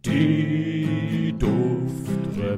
Die Duftrebellen.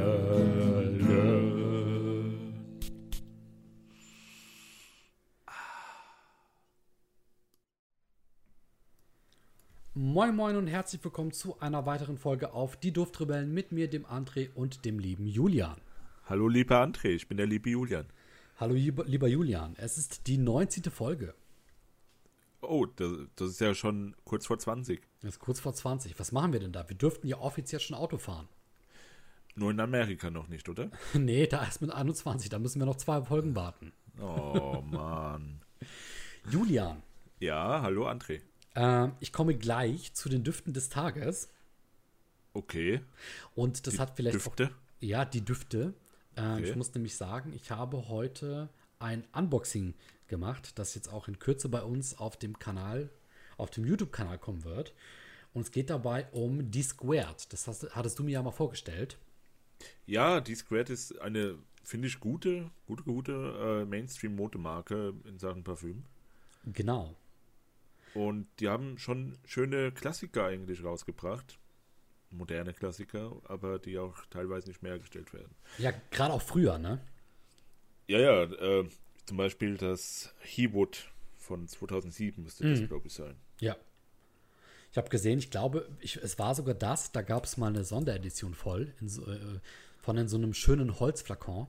Moin Moin und herzlich willkommen zu einer weiteren Folge auf Die Duftrebellen mit mir, dem André und dem lieben Julian. Hallo lieber André, ich bin der liebe Julian. Hallo lieber Julian, es ist die 19. Folge. Oh, das ist ja schon kurz vor 20. Das ist kurz vor 20. Was machen wir denn da? Wir dürften ja offiziell schon Auto fahren. Nur in Amerika noch nicht, oder? Nee, da ist mit 21, da müssen wir noch 2 Folgen warten. Oh, Mann. Julian. Ja, hallo André. Ich komme gleich zu den Düften des Tages. Okay. Und das hat vielleicht Düfte? auch... Ja, die Düfte. Okay. Ich muss nämlich sagen, ich habe heute ein Unboxing gemacht, das jetzt auch in Kürze bei uns auf dem Kanal, auf dem YouTube-Kanal kommen wird. Und es geht dabei um Die Squared. Das hattest du mir ja mal vorgestellt. Ja, die Squared ist eine, finde ich, gute Mainstream-Modemarke in Sachen Parfüm. Genau. Und die haben schon schöne Klassiker eigentlich rausgebracht. Moderne Klassiker, aber die auch teilweise nicht mehr hergestellt werden. Ja, gerade auch früher, ne? Ja, zum Beispiel das Hewood von 2007 müsste das, glaube ich, sein. Ja. Ich habe gesehen, ich glaube, es war sogar das, da gab es mal eine Sonderedition von in so einem schönen Holzflakon.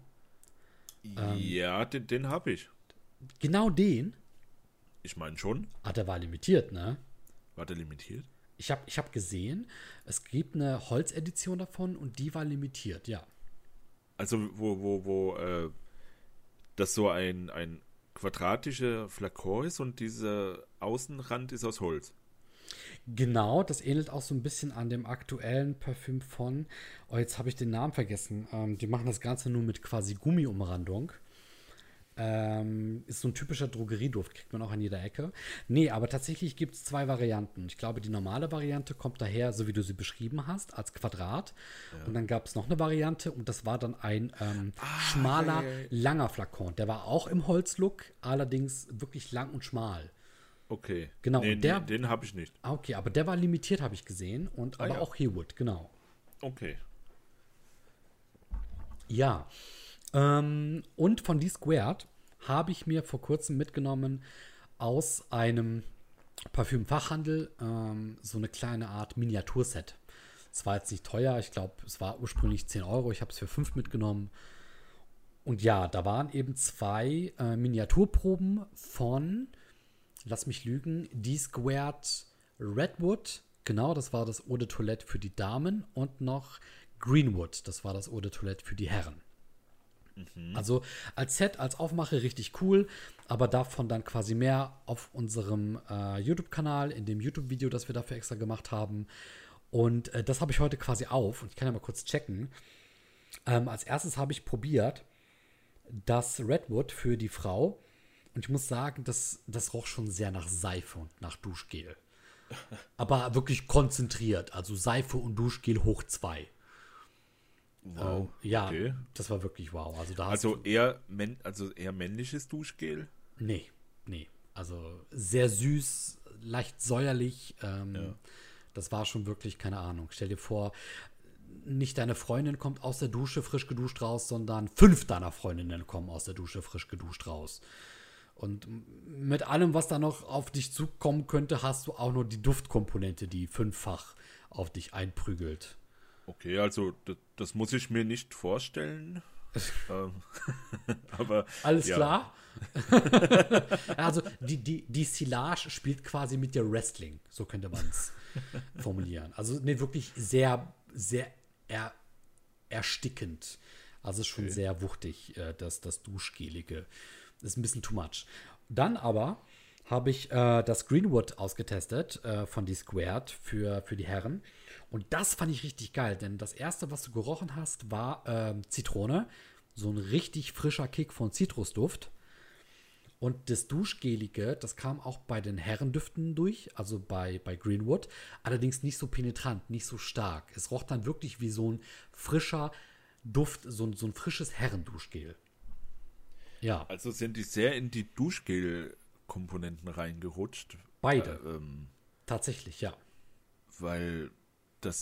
Ja, den habe ich. Genau den. Ich meine schon. Der war limitiert, ne? War der limitiert? Ich hab gesehen, es gibt eine Holzedition davon und die war limitiert, ja. Also, wo das so ein quadratischer Flakon ist und dieser Außenrand ist aus Holz. Genau, das ähnelt auch so ein bisschen an dem aktuellen Parfüm von, jetzt habe ich den Namen vergessen, die machen das Ganze nur mit quasi Gummiumrandung. Ist so ein typischer Drogerieduft, kriegt man auch an jeder Ecke. Nee, aber tatsächlich gibt es 2 Varianten. Ich glaube, die normale Variante kommt daher, so wie du sie beschrieben hast, als Quadrat. Ja. Und dann gab es noch eine Variante und das war dann ein schmaler, langer Flakon. Der war auch im Holzlook, allerdings wirklich lang und schmal. Okay. Genau. Nee, und der, den habe ich nicht. Okay, aber der war limitiert, habe ich gesehen. Aber ja. auch Hewood, genau. Okay. Ja. Und von Die Squared habe ich mir vor kurzem mitgenommen aus einem Parfümfachhandel so eine kleine Art Miniaturset. Es war jetzt nicht teuer, ich glaube, es war ursprünglich 10 Euro, ich habe es für 5 mitgenommen. Und ja, da waren eben 2 Miniaturproben von, lass mich lügen, Die Squared Redwood. Genau, das war das Eau de Toilette für die Damen und noch Greenwood, das war das Eau de Toilette für die Herren. Also als Set, als Aufmache richtig cool, aber davon dann quasi mehr auf unserem YouTube-Kanal, in dem YouTube-Video, das wir dafür extra gemacht haben. Und das habe ich heute quasi auf und ich kann ja mal kurz checken. Als erstes habe ich probiert das Redwood für die Frau und ich muss sagen, das roch schon sehr nach Seife und nach Duschgel. Aber wirklich konzentriert, also Seife und Duschgel hoch 2. Wow. Ja, okay. Das war wirklich wow. Also eher männliches Duschgel? Nee. Also sehr süß, leicht säuerlich. Das war schon wirklich, keine Ahnung. Stell dir vor, nicht deine Freundin kommt aus der Dusche frisch geduscht raus, sondern 5 deiner Freundinnen kommen aus der Dusche frisch geduscht raus. Und mit allem, was da noch auf dich zukommen könnte, hast du auch nur die Duftkomponente, die 5-fach auf dich einprügelt. Okay, also das muss ich mir nicht vorstellen. Aber alles ja. Klar? Also die Silage spielt quasi mit dir Wrestling, so könnte man es formulieren. Also nee, wirklich sehr, sehr erstickend. Also ist schon sehr wuchtig, das Duschgelige. Ist ein bisschen too much. Dann aber habe ich das Greenwood ausgetestet von Die Squared für die Herren. Und das fand ich richtig geil, denn das erste, was du gerochen hast, war Zitrone. So ein richtig frischer Kick von Zitrusduft. Und das Duschgelige, das kam auch bei den Herrendüften durch, also bei Greenwood. Allerdings nicht so penetrant, nicht so stark. Es roch dann wirklich wie so ein frischer Duft, so ein frisches Herrenduschgel. Ja. Also sind die sehr in die Duschgel-Komponenten reingerutscht. Beide. Tatsächlich, ja. Weil das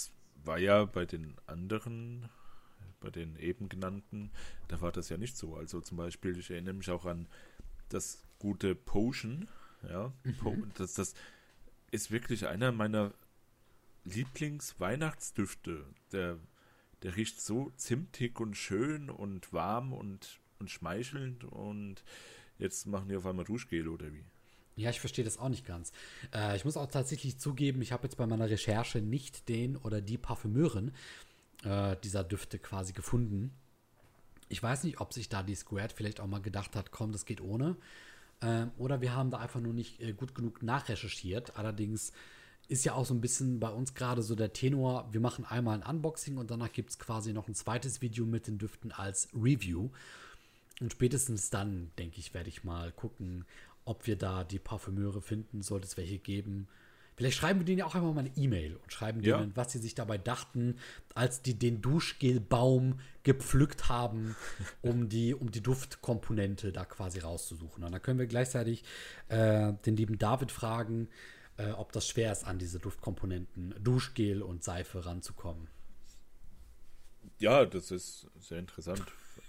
war ja bei den anderen, bei den eben genannten, da war das ja nicht so. Also zum Beispiel, ich erinnere mich auch an das gute Potion, ja, das ist wirklich einer meiner Lieblings-Weihnachtsdüfte. Der riecht so zimtig und schön und warm und schmeichelnd und jetzt machen die auf einmal Duschgel oder wie? Ja, ich verstehe das auch nicht ganz. Ich muss auch tatsächlich zugeben, ich habe jetzt bei meiner Recherche nicht den oder die Parfümeurin dieser Düfte quasi gefunden. Ich weiß nicht, ob sich da die Squared vielleicht auch mal gedacht hat, komm, das geht ohne. Oder wir haben da einfach nur nicht gut genug nachrecherchiert. Allerdings ist ja auch so ein bisschen bei uns gerade so der Tenor, wir machen einmal ein Unboxing und danach gibt es quasi noch ein zweites Video mit den Düften als Review. Und spätestens dann, denke ich, werde ich mal gucken, ob wir da die Parfümeure finden, sollte es welche geben. Vielleicht schreiben wir denen ja auch einfach mal eine E-Mail und schreiben Ja. denen, was sie sich dabei dachten, als die den Duschgelbaum gepflückt haben, um die Duftkomponente da quasi rauszusuchen. Und dann können wir gleichzeitig den lieben David fragen, ob das schwer ist, an diese Duftkomponenten Duschgel und Seife ranzukommen. Ja, das ist sehr interessant.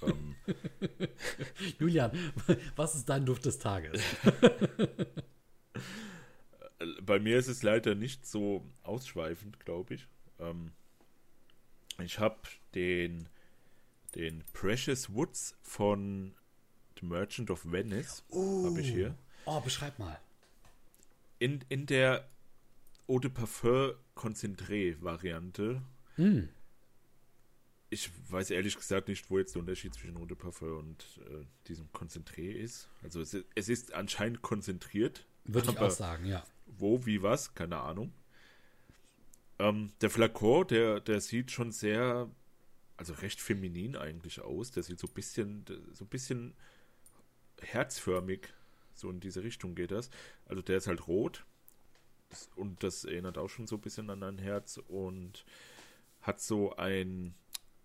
Julian, was ist dein Duft des Tages? Bei mir ist es leider nicht so ausschweifend, glaube ich. Ich habe den Precious Woods von The Merchant of Venice, habe ich hier. Oh, beschreib mal. In der Eau de Parfum Concentré-Variante. Ich weiß ehrlich gesagt nicht, wo jetzt der Unterschied zwischen Eau de Parfum und diesem Concentré ist. Also es ist anscheinend konzentriert. Würde ich auch sagen, ja. Wo, wie, was, keine Ahnung. Der Flakon, der sieht schon sehr, also recht feminin eigentlich aus. Der sieht so ein bisschen herzförmig, so in diese Richtung geht das. Also der ist halt rot und das erinnert auch schon so ein bisschen an ein Herz und hat so ein,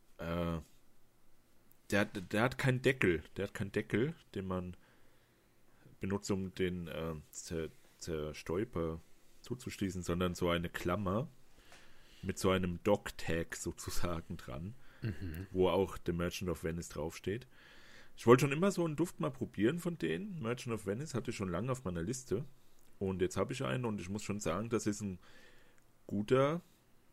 der hat keinen Deckel, den man benutzt, um den Zerstäuber zuzuschließen, sondern so eine Klammer mit so einem Dog-Tag sozusagen dran, wo auch The Merchant of Venice draufsteht. Ich wollte schon immer so einen Duft mal probieren von denen. Merchant of Venice hatte ich schon lange auf meiner Liste und jetzt habe ich einen und ich muss schon sagen, das ist ein guter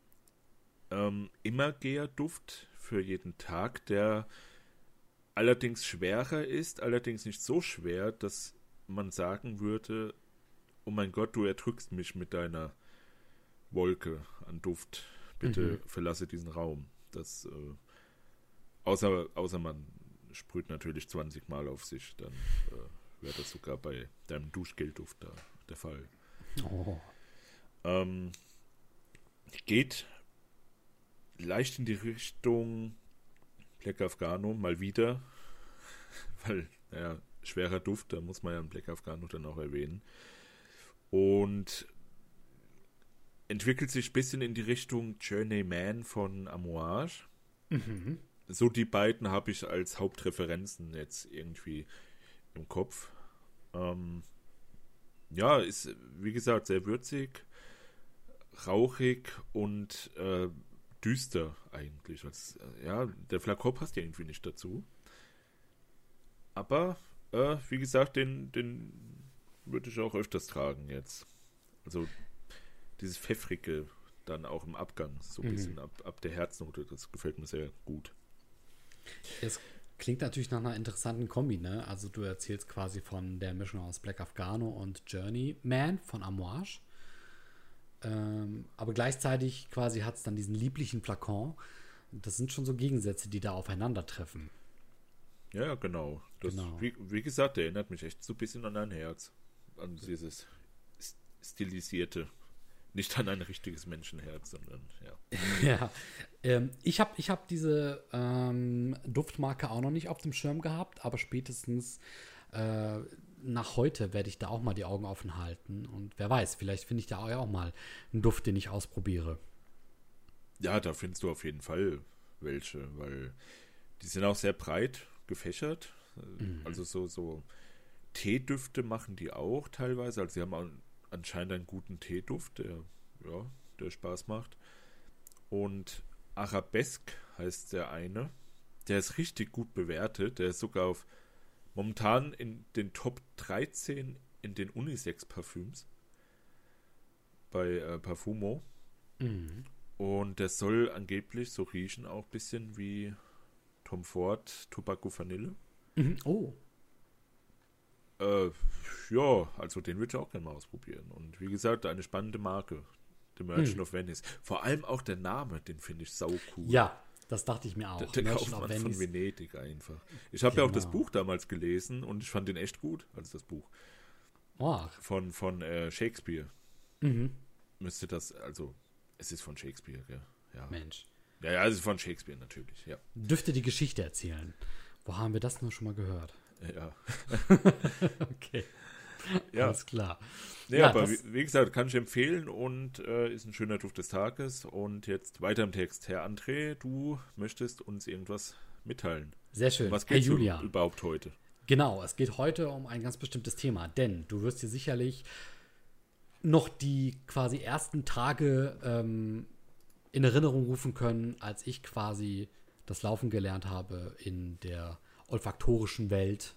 Immergeher-Duft für jeden Tag, der allerdings schwerer ist, allerdings nicht so schwer, dass man sagen würde, oh mein Gott, du erdrückst mich mit deiner Wolke an Duft. Bitte verlasse diesen Raum. Das, außer man sprüht natürlich 20 Mal auf sich, dann wäre das sogar bei deinem Duschgelduft da der Fall. Oh. Geht leicht in die Richtung Black Afghano, mal wieder, weil, naja, schwerer Duft, da muss man ja einen Black Afghano dann auch erwähnen. Und entwickelt sich ein bisschen in die Richtung Journeyman von Amouage. So die beiden habe ich als Hauptreferenzen jetzt irgendwie im Kopf. Ja, ist wie gesagt sehr würzig, rauchig und düster eigentlich. Also, ja, der Flakon passt ja irgendwie nicht dazu. Aber wie gesagt, den würde ich auch öfters tragen jetzt. Also dieses Pfeffrige dann auch im Abgang, so ein bisschen ab der Herznote, das gefällt mir sehr gut. Es klingt natürlich nach einer interessanten Kombi, ne? Also du erzählst quasi von der Mischung aus Black Afghano und Journeyman von Amouage. Aber gleichzeitig quasi hat es dann diesen lieblichen Flakon. Das sind schon so Gegensätze, die da aufeinandertreffen. Ja, genau. Das, Genau. Wie gesagt, der erinnert mich echt so ein bisschen an ein Herz. An dieses stilisierte. Nicht an ein richtiges Menschenherz, sondern ja. Ja, ich hab diese Duftmarke auch noch nicht auf dem Schirm gehabt, aber spätestens nach heute werde ich da auch mal die Augen offen halten. Und wer weiß, vielleicht finde ich da auch mal einen Duft, den ich ausprobiere. Ja, da findest du auf jeden Fall welche, weil die sind auch sehr breit gefächert. Also so Teedüfte machen die auch teilweise. Also sie haben anscheinend einen guten Teeduft, der Spaß macht. Und Arabesque heißt der eine. Der ist richtig gut bewertet. Der ist sogar momentan in den Top 13 in den Unisex-Parfüms bei Parfumo. Mhm. Und der soll angeblich so riechen, auch ein bisschen wie Tom Ford Tobacco Vanille. Mhm. Oh. Ja, also den würde ich auch gerne mal ausprobieren. Und wie gesagt, eine spannende Marke. The Merchant of Venice. Vor allem auch der Name, den finde ich sau cool. Ja, das dachte ich mir auch. Der Kaufmann von Venedig einfach. Ich habe ja auch das Buch damals gelesen und ich fand den echt gut, als das Buch. Oh. Von Shakespeare. Mhm. Müsste das, also, es ist von Shakespeare, gell? Ja. Mensch. Ja, es ist von Shakespeare natürlich, ja. Dürfte die Geschichte erzählen. Wo haben wir das nur schon mal gehört? Ja. Okay. Ja. Alles klar. Nee, Ja, aber wie gesagt, kann ich empfehlen und ist ein schöner Duft des Tages. Und jetzt weiter im Text. Herr André, du möchtest uns irgendwas mitteilen. Sehr schön. Was geht Julian. überhaupt heute? Genau, es geht heute um ein ganz bestimmtes Thema, denn du wirst dir sicherlich noch die quasi ersten Tage in Erinnerung rufen können, als ich quasi das Laufen gelernt habe in der olfaktorischen Welt.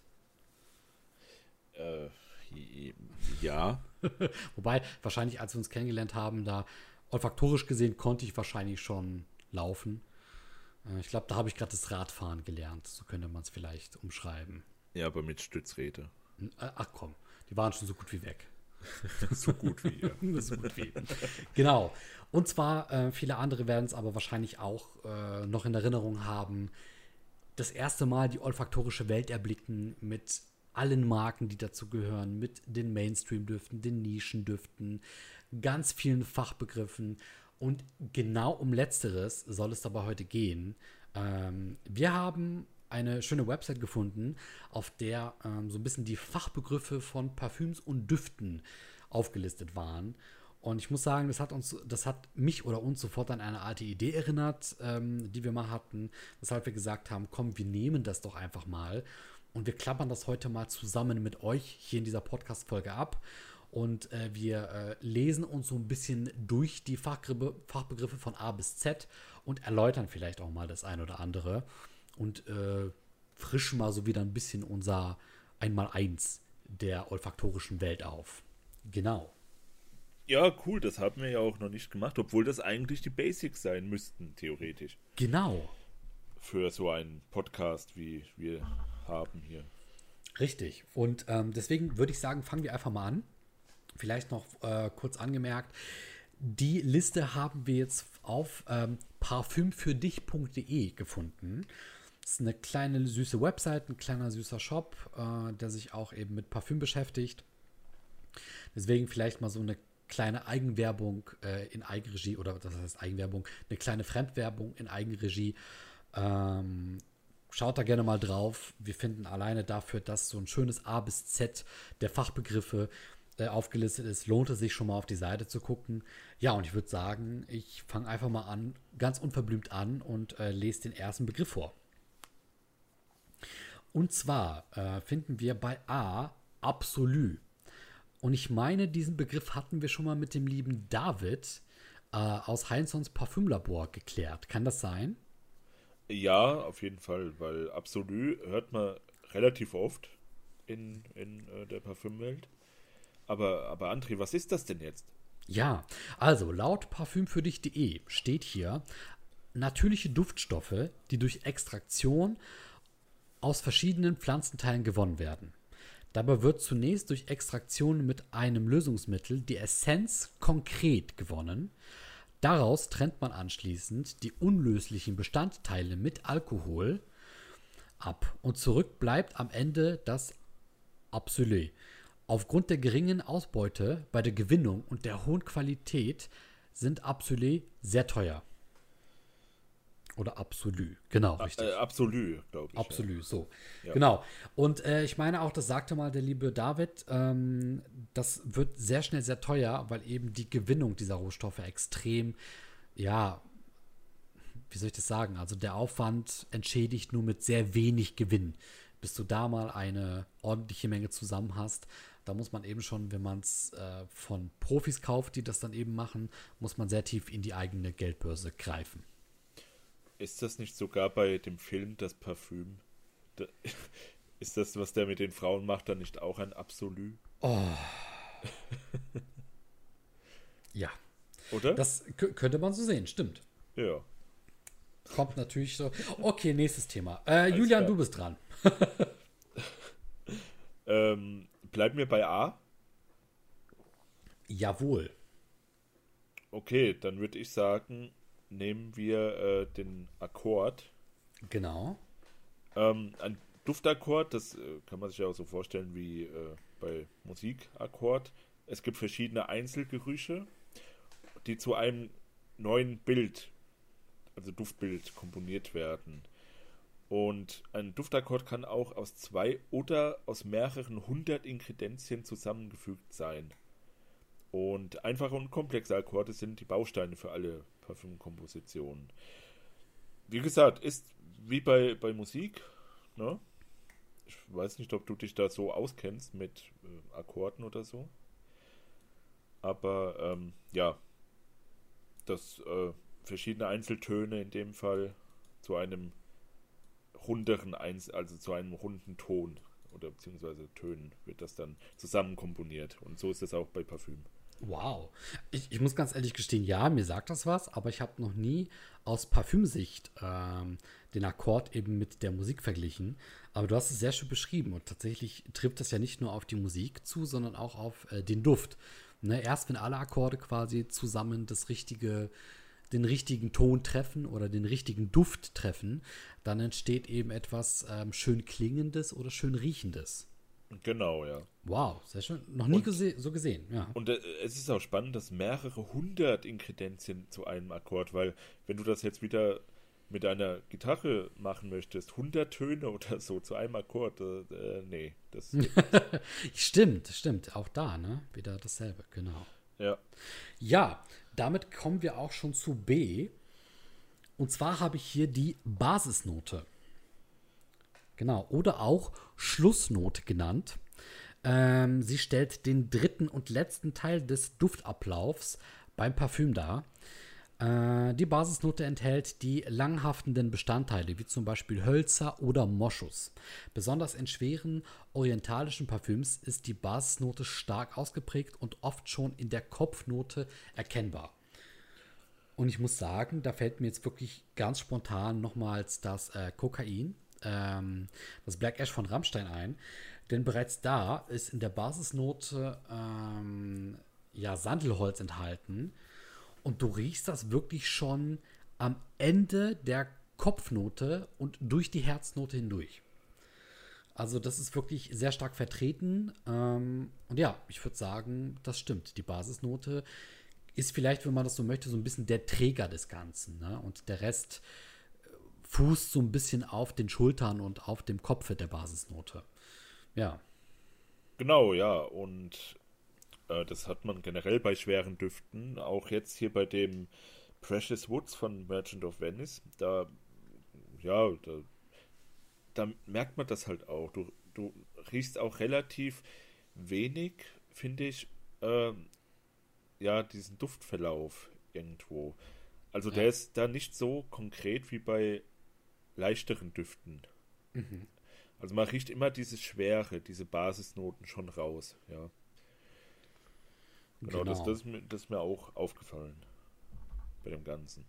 Ja. Wobei, wahrscheinlich, als wir uns kennengelernt haben, da olfaktorisch gesehen konnte ich wahrscheinlich schon laufen. Ich glaube, da habe ich gerade das Radfahren gelernt. So könnte man es vielleicht umschreiben. Ja, aber mit Stützräder. Ach komm, die waren schon so gut wie weg. So gut wie, ja. So gut wie. Genau. Und zwar, viele andere werden es aber wahrscheinlich auch noch in Erinnerung haben, das erste Mal die olfaktorische Welt erblicken mit allen Marken, die dazu gehören, mit den Mainstream-Düften, den Nischendüften, ganz vielen Fachbegriffen. Und genau um Letzteres soll es dabei heute gehen. Wir haben eine schöne Website gefunden, auf der so ein bisschen die Fachbegriffe von Parfüms und Düften aufgelistet waren. Und ich muss sagen, das hat mich oder uns sofort an eine alte Idee erinnert, die wir mal hatten, weshalb wir gesagt haben, komm, wir nehmen das doch einfach mal und wir klappern das heute mal zusammen mit euch hier in dieser Podcast-Folge ab. Und wir lesen uns so ein bisschen durch die Fachbegriffe von A bis Z und erläutern vielleicht auch mal das ein oder andere und frischen mal so wieder ein bisschen unser Einmaleins der olfaktorischen Welt auf. Genau. Ja, cool, das haben wir ja auch noch nicht gemacht, obwohl das eigentlich die Basics sein müssten, theoretisch. Genau. Für so einen Podcast, wie wir haben hier. Richtig. Und deswegen würde ich sagen, fangen wir einfach mal an. Vielleicht noch kurz angemerkt, die Liste haben wir jetzt auf parfümfürdich.de gefunden. Das ist eine kleine süße Website, ein kleiner süßer Shop, der sich auch eben mit Parfüm beschäftigt. Deswegen vielleicht mal so eine kleine Eigenwerbung in Eigenregie, oder das heißt Eigenwerbung, eine kleine Fremdwerbung in Eigenregie. Schaut da gerne mal drauf. Wir finden alleine dafür, dass so ein schönes A bis Z der Fachbegriffe aufgelistet ist, lohnt es sich schon mal auf die Seite zu gucken. Ja, und ich würde sagen, ich fange einfach mal an, ganz unverblümt an und lese den ersten Begriff vor. Und zwar finden wir bei A Absolu. Und ich meine, diesen Begriff hatten wir schon mal mit dem lieben David aus Heinzons Parfümlabor geklärt. Kann das sein? Ja, auf jeden Fall, weil Absolu hört man relativ oft in der Parfümwelt. Aber André, was ist das denn jetzt? Ja, also laut parfümfürdich.de steht hier natürliche Duftstoffe, die durch Extraktion aus verschiedenen Pflanzenteilen gewonnen werden. Dabei wird zunächst durch Extraktion mit einem Lösungsmittel die Essenz konkret gewonnen. Daraus trennt man anschließend die unlöslichen Bestandteile mit Alkohol ab und zurück bleibt am Ende das Absolu. Aufgrund der geringen Ausbeute bei der Gewinnung und der hohen Qualität sind Absolu sehr teuer. Oder Absolu, genau, richtig. Absolu, glaube ich. Absolu, ja. So. Ja. Genau. Und ich meine auch, das sagte mal der liebe David, das wird sehr schnell sehr teuer, weil eben die Gewinnung dieser Rohstoffe extrem, ja, wie soll ich das sagen? Also der Aufwand entschädigt nur mit sehr wenig Gewinn bis du da mal eine ordentliche Menge zusammen hast. Da muss man eben schon, wenn man es von Profis kauft, die das dann eben machen, muss man sehr tief in die eigene Geldbörse greifen. Ist das nicht sogar bei dem Film das Parfüm? Da, ist das, was der mit den Frauen macht, dann nicht auch ein Absolut? Oh, ja, Oder? das könnte man so sehen, stimmt. Ja, Kommt natürlich so. Okay, nächstes Thema. alles Julian, klar. du bist dran. Bleiben wir bei A? Jawohl. Okay, dann würde ich sagen, nehmen wir den Akkord. Genau. Ein Duftakkord, das kann man sich ja auch so vorstellen wie bei Musikakkord. Es gibt verschiedene Einzelgerüche, die zu einem neuen Bild, also Duftbild, komponiert werden. Und ein Duftakkord kann auch aus 2 oder aus mehreren hundert Inkredenzien zusammengefügt sein. Und einfache und komplexe Akkorde sind die Bausteine für alle Parfümkompositionen. Wie gesagt, ist wie bei Musik, ne? Ich weiß nicht, ob du dich da so auskennst mit Akkorden oder so. Aber ja, dass verschiedene Einzeltöne in dem Fall zu einem also zu einem runden Ton oder beziehungsweise Tönen wird das dann zusammen komponiert. Und so ist es auch bei Parfüm. Wow. Ich muss ganz ehrlich gestehen, ja, mir sagt das was, aber ich habe noch nie aus Parfümsicht den Akkord eben mit der Musik verglichen. Aber du hast es sehr schön beschrieben und tatsächlich trifft das ja nicht nur auf die Musik zu, sondern auch auf den Duft. Ne? Erst wenn alle Akkorde quasi zusammen den richtigen Ton treffen oder den richtigen Duft treffen, dann entsteht eben etwas schön Klingendes oder schön Riechendes. Genau, ja. Wow, sehr schön. Noch nie Und, so gesehen, ja. und es ist auch spannend, dass mehrere hundert Inkredenzien zu einem Akkord, weil wenn du das jetzt wieder mit einer Gitarre machen möchtest, 100 Töne oder so zu einem Akkord, nee, das geht nicht. Stimmt. Auch da, ne? Wieder dasselbe, genau. Ja, Ja, damit kommen wir auch schon zu B. Und zwar habe ich hier die Basisnote. Genau. Oder auch Schlussnote genannt. Sie stellt den dritten und letzten Teil des Duftablaufs beim Parfüm dar. Die Basisnote enthält die langhaftenden Bestandteile, wie zum Beispiel Hölzer oder Moschus. Besonders in schweren orientalischen Parfüms ist die Basisnote stark ausgeprägt und oft schon in der Kopfnote erkennbar. Und ich muss sagen, da fällt mir jetzt wirklich ganz spontan nochmals das Kokain, das Black Ash von Rammstein ein. Denn bereits da ist in der Basisnote ja Sandelholz enthalten. Und du riechst das wirklich schon am Ende der Kopfnote und durch die Herznote hindurch. Also das ist wirklich sehr stark vertreten. Und ja, ich würde sagen, das stimmt. Die Basisnote ist vielleicht, wenn man das so möchte, so ein bisschen der Träger des Ganzen. Ne? Und der Rest fußt so ein bisschen auf den Schultern und auf dem Kopf der Basisnote. Ja, genau, ja. Und das hat man generell bei schweren Düften. Auch jetzt hier bei dem Precious Woods von Merchant of Venice. Ja, da merkt man das halt auch. Du riechst auch relativ wenig, finde ich, ja, diesen Duftverlauf irgendwo. Also der ja. ist da nicht so konkret wie bei leichteren Düften. Also man riecht immer diese Schwere, diese Basisnoten schon raus, ja. Genau, Genau. das ist mir auch aufgefallen bei dem Ganzen.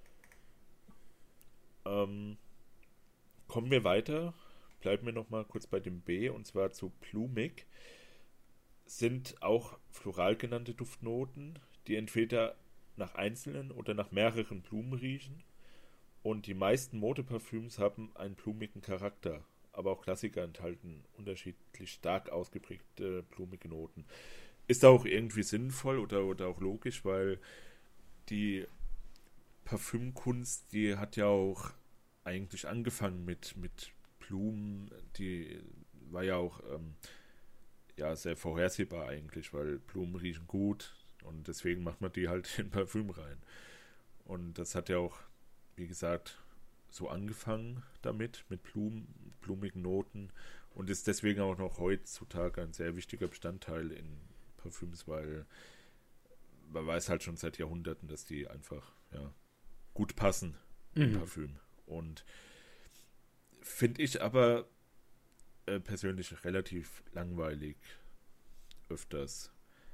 Ähm, kommen wir weiter. Bleiben wir nochmal kurz bei dem B und zwar zu blumig. Sind auch floral genannte Duftnoten, die entweder nach einzelnen oder nach mehreren Blumen riechen. Und die meisten Modeparfüms haben einen blumigen Charakter. Aber auch Klassiker enthalten unterschiedlich stark ausgeprägte blumige Noten. Ist auch irgendwie sinnvoll oder auch logisch, weil die Parfümkunst, die hat ja auch eigentlich angefangen mit Blumen, die war ja auch ja, sehr vorhersehbar eigentlich, weil Blumen riechen gut und deswegen macht man die halt in Parfüm rein. Und das hat ja auch, wie gesagt, so angefangen damit, mit blumigen Noten und ist deswegen auch noch heutzutage ein sehr wichtiger Bestandteil in Parfüms, weil man weiß halt schon seit Jahrhunderten, dass die einfach gut passen im Parfüm. Und finde ich aber persönlich relativ langweilig öfters,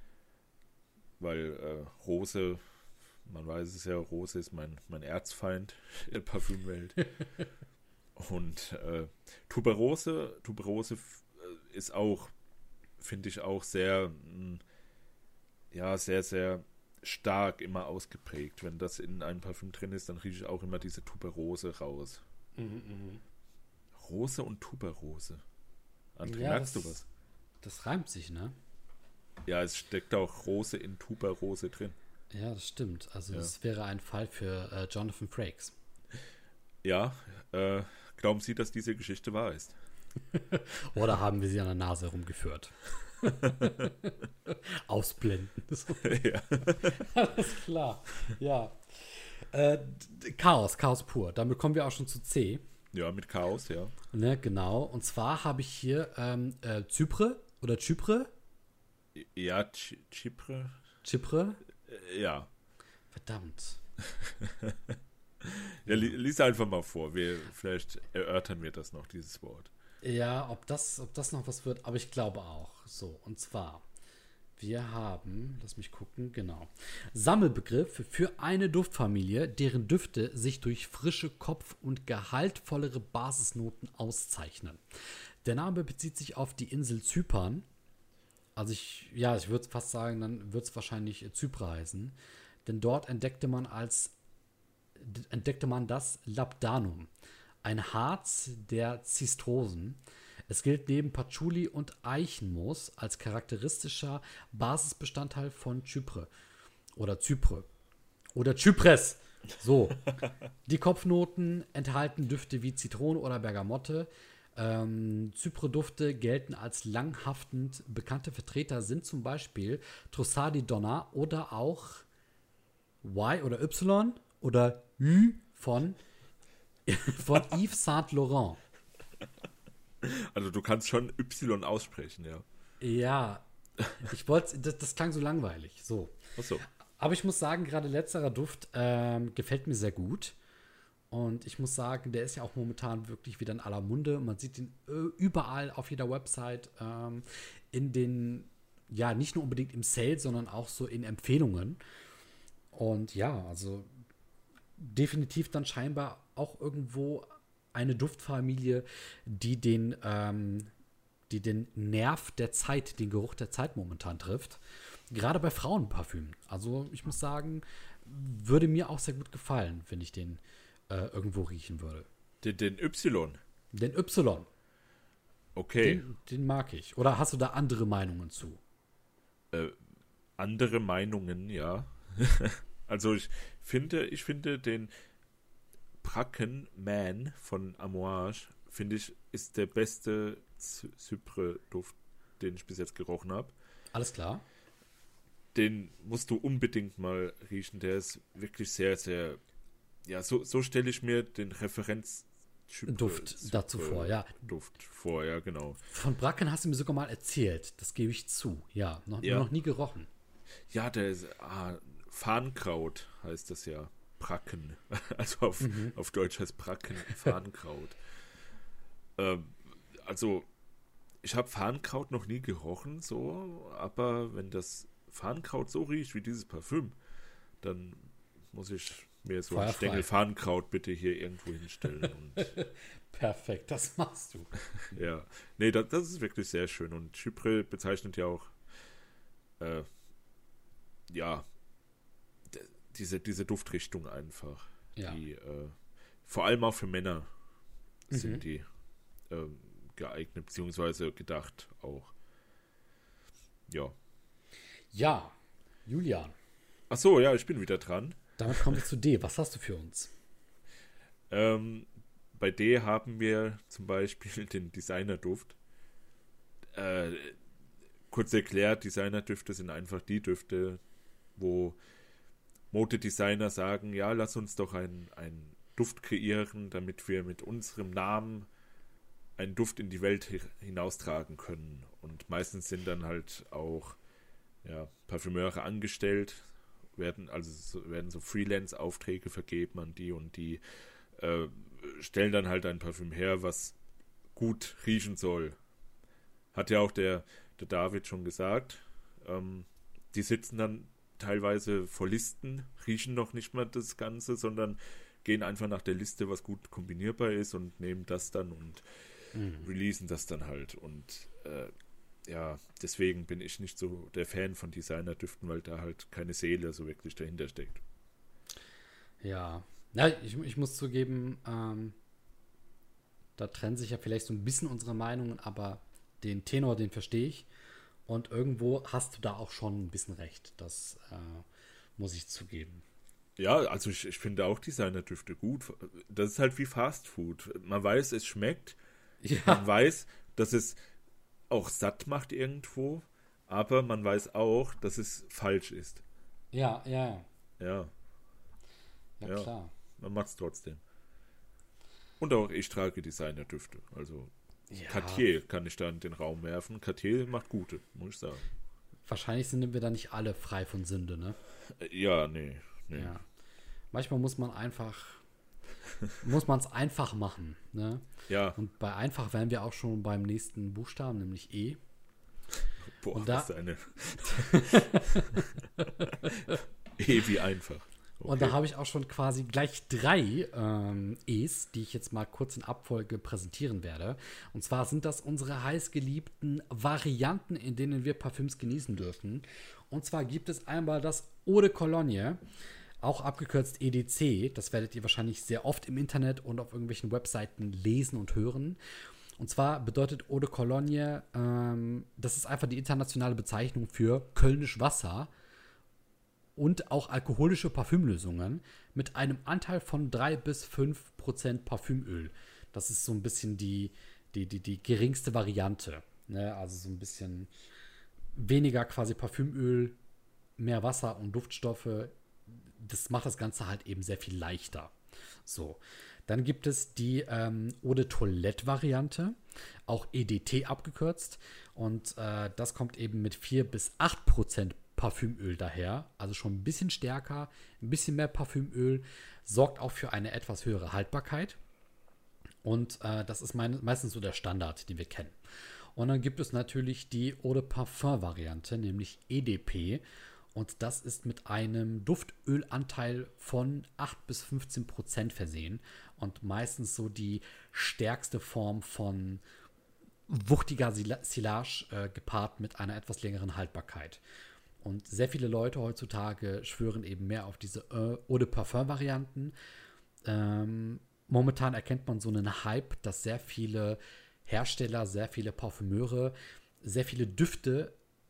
weil Rose, man weiß es ja, Rose ist mein Erzfeind in der Parfümwelt. Und Tuberose ist auch, finde ich auch sehr, sehr, sehr stark immer ausgeprägt. Wenn das in einem Parfüm drin ist, dann rieche ich auch immer diese Tuberose raus. Rose und Tuberose. André, merkst du was? Das reimt sich, ne? Ja, es steckt auch Rose in Tuberose drin. Ja, das stimmt. Also das wäre ein Fall für Jonathan Frakes. Ja, glauben Sie, dass diese Geschichte wahr ist? Oder haben wir sie an der Nase herumgeführt? Ausblenden. Ja. Alles klar. Ja. Chaos pur. Damit kommen wir auch schon zu C. Ja, mit Chaos, ja. Ne, genau. Und zwar habe ich hier Zypre oder Chypre. Ja, Chypre. Chypre? Ja. Verdammt. Ja, lies einfach mal vor. Vielleicht erörtern wir das noch, dieses Wort. Ja, ob das noch was wird, aber ich glaube auch. So, und zwar, wir haben, lass mich gucken, genau, Sammelbegriff für eine Duftfamilie, deren Düfte sich durch frische Kopf- und gehaltvollere Basisnoten auszeichnen. Der Name bezieht sich auf die Insel Zypern. Also ich würde fast sagen, dann wird es wahrscheinlich Zypre heißen. Denn dort entdeckte man das Labdanum, ein Harz der Zistrosen. Es gilt neben Patchouli und Eichenmoos als charakteristischer Basisbestandteil von Zypre oder Zypres. So. Die Kopfnoten enthalten Düfte wie Zitrone oder Bergamotte. Zypre-Dufte gelten als langhaftend. Bekannte Vertreter sind zum Beispiel Trussardi Donna oder auch Y oder Y oder Ü von Yves Saint Laurent. Also du kannst schon Y aussprechen, ja. Ja, das klang so langweilig. So. Ach so. Aber ich muss sagen, gerade letzterer Duft gefällt mir sehr gut. Und ich muss sagen, der ist ja auch momentan wirklich wieder in aller Munde. Man sieht ihn überall auf jeder Website in den, ja, nicht nur unbedingt im Sale, sondern auch so in Empfehlungen. Und ja, also definitiv dann scheinbar auch irgendwo eine Duftfamilie, die den Nerv der Zeit, den Geruch der Zeit momentan trifft. Gerade bei Frauenparfümen. Also ich muss sagen, würde mir auch sehr gut gefallen, wenn ich den irgendwo riechen würde. Den Y? Den Y. Okay. Den mag ich. Oder hast du da andere Meinungen zu? Andere Meinungen, ja. Also ich finde den Bracken Man von Amouage, finde ich, ist der beste Cypre-Duft, den ich bis jetzt gerochen habe. Alles klar. Den musst du unbedingt mal riechen. Der ist wirklich sehr, sehr, ja, so stelle ich mir den Duft dazu vor, ja. Duft vor, ja, genau. Von Bracken hast du mir sogar mal erzählt, das gebe ich zu. Ja, noch nie gerochen. Ja, der ist, Farnkraut heißt das ja. Bracken. Also auf Deutsch heißt Bracken Farnkraut. Also, ich habe Farnkraut noch nie gerochen, so, aber wenn das Farnkraut so riecht wie dieses Parfüm, dann muss ich mir so einen Stängel Farnkraut bitte hier irgendwo hinstellen. Und perfekt, das machst du. Ja, nee, das ist wirklich sehr schön. Und Chypre bezeichnet ja auch diese Duftrichtung einfach. Ja. Die vor allem auch für Männer sind die geeignet, beziehungsweise gedacht auch. Ja. Ja, Julian. Ach so, ja, ich bin wieder dran. Damit kommen wir zu D. Was hast du für uns? Bei D haben wir zum Beispiel den Designerduft. Kurz erklärt, Designerdüfte sind einfach die Düfte, wo Modedesigner sagen, ja, lass uns doch ein Duft kreieren, damit wir mit unserem Namen einen Duft in die Welt hinaustragen können. Und meistens sind dann halt auch Parfümeure angestellt, werden so Freelance-Aufträge vergeben an die und die stellen dann halt ein Parfüm her, was gut riechen soll. Hat ja auch der David schon gesagt. Die sitzen dann teilweise vor Listen, riechen noch nicht mal das Ganze, sondern gehen einfach nach der Liste, was gut kombinierbar ist und nehmen das dann und releasen das dann halt. Und deswegen bin ich nicht so der Fan von Designerdüften, weil da halt keine Seele so wirklich dahinter steckt. Ja, ich muss zugeben, da trennen sich ja vielleicht so ein bisschen unsere Meinungen, aber den Tenor, den verstehe ich. Und irgendwo hast du da auch schon ein bisschen recht. Das muss ich zugeben. Ja, also ich finde auch Designerdüfte gut. Das ist halt wie Fast Food. Man weiß, es schmeckt. Ja. Man weiß, dass es auch satt macht irgendwo. Aber man weiß auch, dass es falsch ist. Ja. Ja. Ja, Ja. klar. Man macht es trotzdem. Und auch ich trage Designerdüfte. Also Ja, Cartier kann ich da in den Raum werfen. Cartier macht gute, muss ich sagen. wahrscheinlich sind wir da nicht alle frei von Sünde, ne? Ja, nee. Ja. Manchmal muss man es einfach machen, ne? Ja, Und bei einfach wären wir auch schon beim nächsten Buchstaben, nämlich E. boah, Und da- was eine. Wie einfach. Und da habe ich auch schon quasi gleich 3 E's, die ich jetzt mal kurz in Abfolge präsentieren werde. Und zwar sind das unsere heißgeliebten Varianten, in denen wir Parfüms genießen dürfen. Und zwar gibt es einmal das Eau de Cologne, auch abgekürzt EDC. Das werdet ihr wahrscheinlich sehr oft im Internet und auf irgendwelchen Webseiten lesen und hören. Und zwar bedeutet Eau de Cologne, das ist einfach die internationale Bezeichnung für Kölnisch Wasser und auch alkoholische Parfümlösungen mit einem Anteil von 3-5% Parfümöl. Das ist so ein bisschen die geringste Variante. Ne? Also so ein bisschen weniger quasi Parfümöl, mehr Wasser und Duftstoffe. Das macht das Ganze halt eben sehr viel leichter. So. Dann gibt es die Eau de Toilette-Variante, auch EDT abgekürzt. Und das kommt eben mit 4-8% Parfümöl daher. Also schon ein bisschen stärker, ein bisschen mehr Parfümöl, sorgt auch für eine etwas höhere Haltbarkeit. Und das ist meistens so der Standard, den wir kennen. Und dann gibt es natürlich die Eau de Parfum-Variante, nämlich EDP. Und das ist mit einem Duftölanteil von 8-15% versehen. Und meistens so die stärkste Form von wuchtiger Silage gepaart mit einer etwas längeren Haltbarkeit. Und sehr viele Leute heutzutage schwören eben mehr auf diese Eau de Parfum-Varianten. Momentan erkennt man so einen Hype, dass sehr viele Hersteller, sehr viele Parfümeure, sehr viele Düfte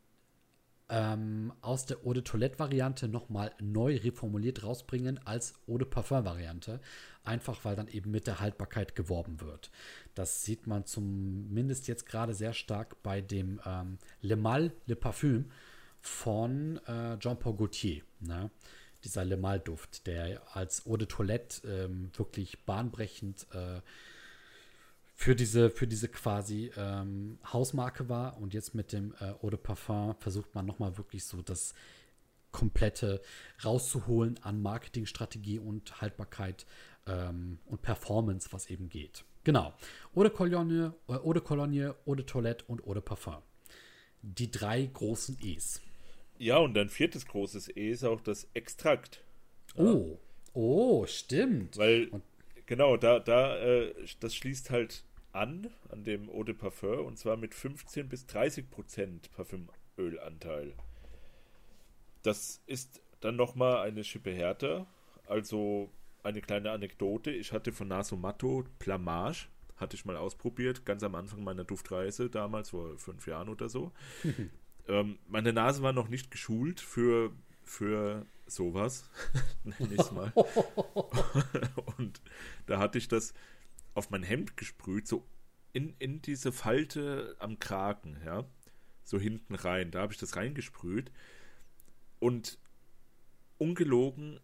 aus der Eau de Toilette-Variante nochmal neu reformuliert rausbringen als Eau de Parfum-Variante. Einfach, weil dann eben mit der Haltbarkeit geworben wird. Das sieht man zumindest jetzt gerade sehr stark bei dem Le Mal Le Parfum von Jean-Paul Gaultier. Ne? Dieser Le Mal-Duft, der als Eau de Toilette wirklich bahnbrechend für diese quasi Hausmarke war. Und jetzt mit dem Eau de Parfum versucht man nochmal wirklich so das komplette rauszuholen an Marketingstrategie und Haltbarkeit und Performance, was eben geht. Genau. Eau de Cologne, Eau de Toilette und Eau de Parfum. Die 3 großen E's. Ja, und ein viertes großes E ist auch das Extrakt. Ja. Oh, stimmt. Weil, Und genau, das schließt halt an dem Eau de Parfum, und zwar mit 15-30% Parfümölanteil. Das ist dann nochmal eine Schippe härter. Also eine kleine Anekdote. Ich hatte von Nasomatto Plamage, hatte ich mal ausprobiert, ganz am Anfang meiner Duftreise, damals vor 5 Jahren oder so. Meine Nase war noch nicht geschult für sowas, nenne ich es mal. Und da hatte ich das auf mein Hemd gesprüht, so in diese Falte am Kragen, ja, so hinten rein. Da habe ich das reingesprüht und ungelogen,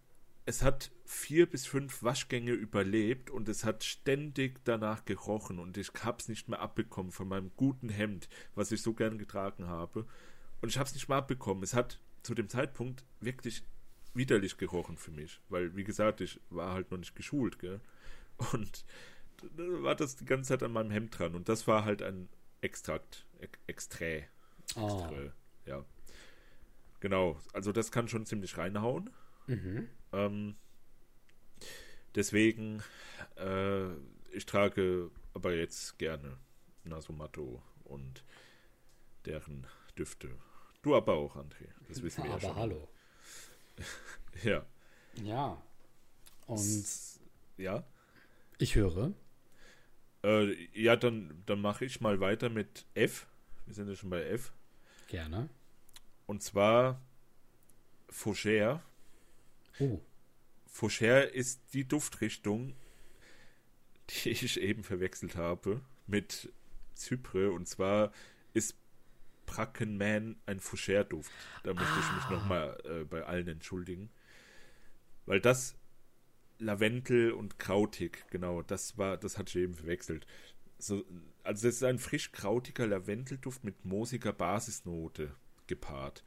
es hat 4 bis 5 Waschgänge überlebt und es hat ständig danach gerochen und ich hab's nicht mehr abbekommen von meinem guten Hemd, was ich so gern getragen habe. Und ich hab's nicht mehr abbekommen. Es hat zu dem Zeitpunkt wirklich widerlich gerochen für mich, weil, wie gesagt, ich war halt noch nicht geschult, gell? Und da war das die ganze Zeit an meinem Hemd dran und das war halt ein Extrakt, Exträ, Oh. ja. Genau, also das kann schon ziemlich reinhauen. Mhm. Ähm, deswegen, ich trage aber jetzt gerne Nasomatto und deren Düfte. Du aber auch, André. Das wissen wir ja Aber schon. hallo. Ja. Ja. Und Ja. ich höre. Ja, dann mache ich mal weiter mit F. Wir sind ja schon bei F. Gerne. Und zwar Fougère. Oh. Fougère ist die Duftrichtung, die ich eben verwechselt habe mit Cypre. Und zwar ist Brackenman ein Fougère-Duft. Da möchte ich mich nochmal bei allen entschuldigen. Weil das Lavendel und krautig, genau, das hatte ich eben verwechselt. So, also das ist ein frisch krautiger Lavendelduft mit moosiger Basisnote gepaart.